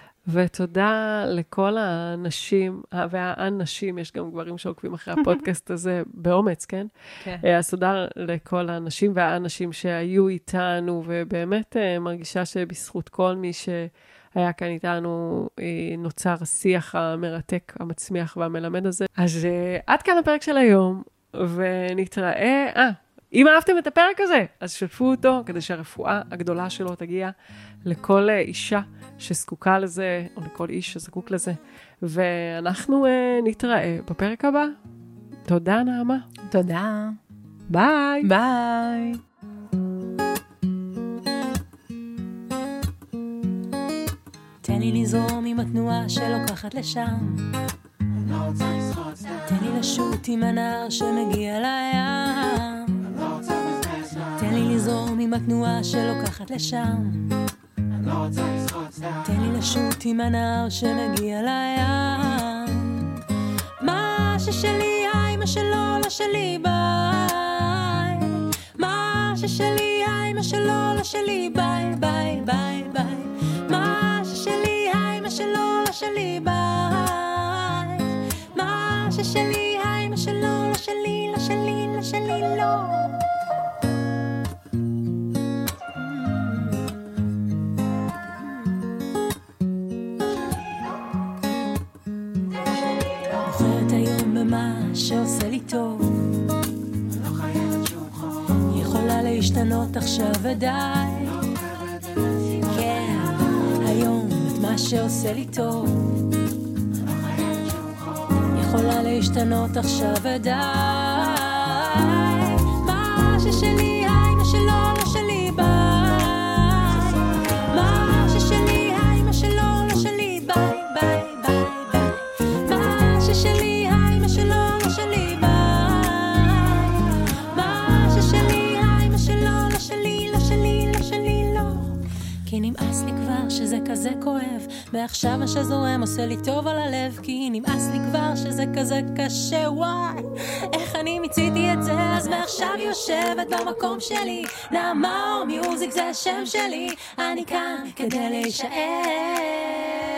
ותודה לכל האנשים, והאנשים, יש גם גברים שעוקבים אחרי הפודקאסט הזה באומץ, כן? כן. אז תודה לכל האנשים והאנשים שהיו איתנו, ובאמת מרגישה שבזכות כל מי שהיה כאן איתנו, נוצר השיח המרתק, המצמיח והמלמד הזה. אז עד כאן הפרק של היום, ונתראה, אה, אם אהבתם את הפרק הזה, אז שתפו אותו, כדי שהרפואה הגדולה שלו תגיע לכל אישה שזקוקה לזה, או לכל איש שזקוק לזה. ואנחנו uh, נתראה בפרק הבא. תודה, נעמה. תודה. ביי. ביי. תן לי לזרום עם התנועה שלוקחת לשם. תן לי לשוט עם הנער שמגיע לים. תן לי לזרום עם התנועה שלוקחת לשם. תן לי לשוט עם הנער שמגיע לים. מה ששלי היי, מה שלא לא שלי ביי. מה ששלי היי, מה שלא לא שלי ביי ביי ביי ביי. מה ששלי היי, מה שלא לא שלי ביי. מה ששלי היי, מה שלא לא שלי לא שלי לא שלי לא. שעושה להשתנות עכשיו ודי. כן, היום את מה שעושה לי טוב יכולה להשתנות עכשיו ודי. מה ששלי היי, מה שלא לא שלי ביי. מה ששלי היי, מה שלא לא שלי ביי ביי ביי ביי. מה ששלי היי, מה שלא לא שלי ביי. מה ששלי היי, מה שלא לא שלי לא שלי לא שלי לא. כי נמאס לי כבר שזה כזה כואב, ועכשיו מה שזורם עושה לי טוב על הלב. כי נמאס לי כבר שזה כזה קשה, וואי איך אני מיציתי את זה. אז מעכשיו יושבת במקום שלי, נעמה אור מיוזיק זה השם שלי. אני כאן כדי להישאר.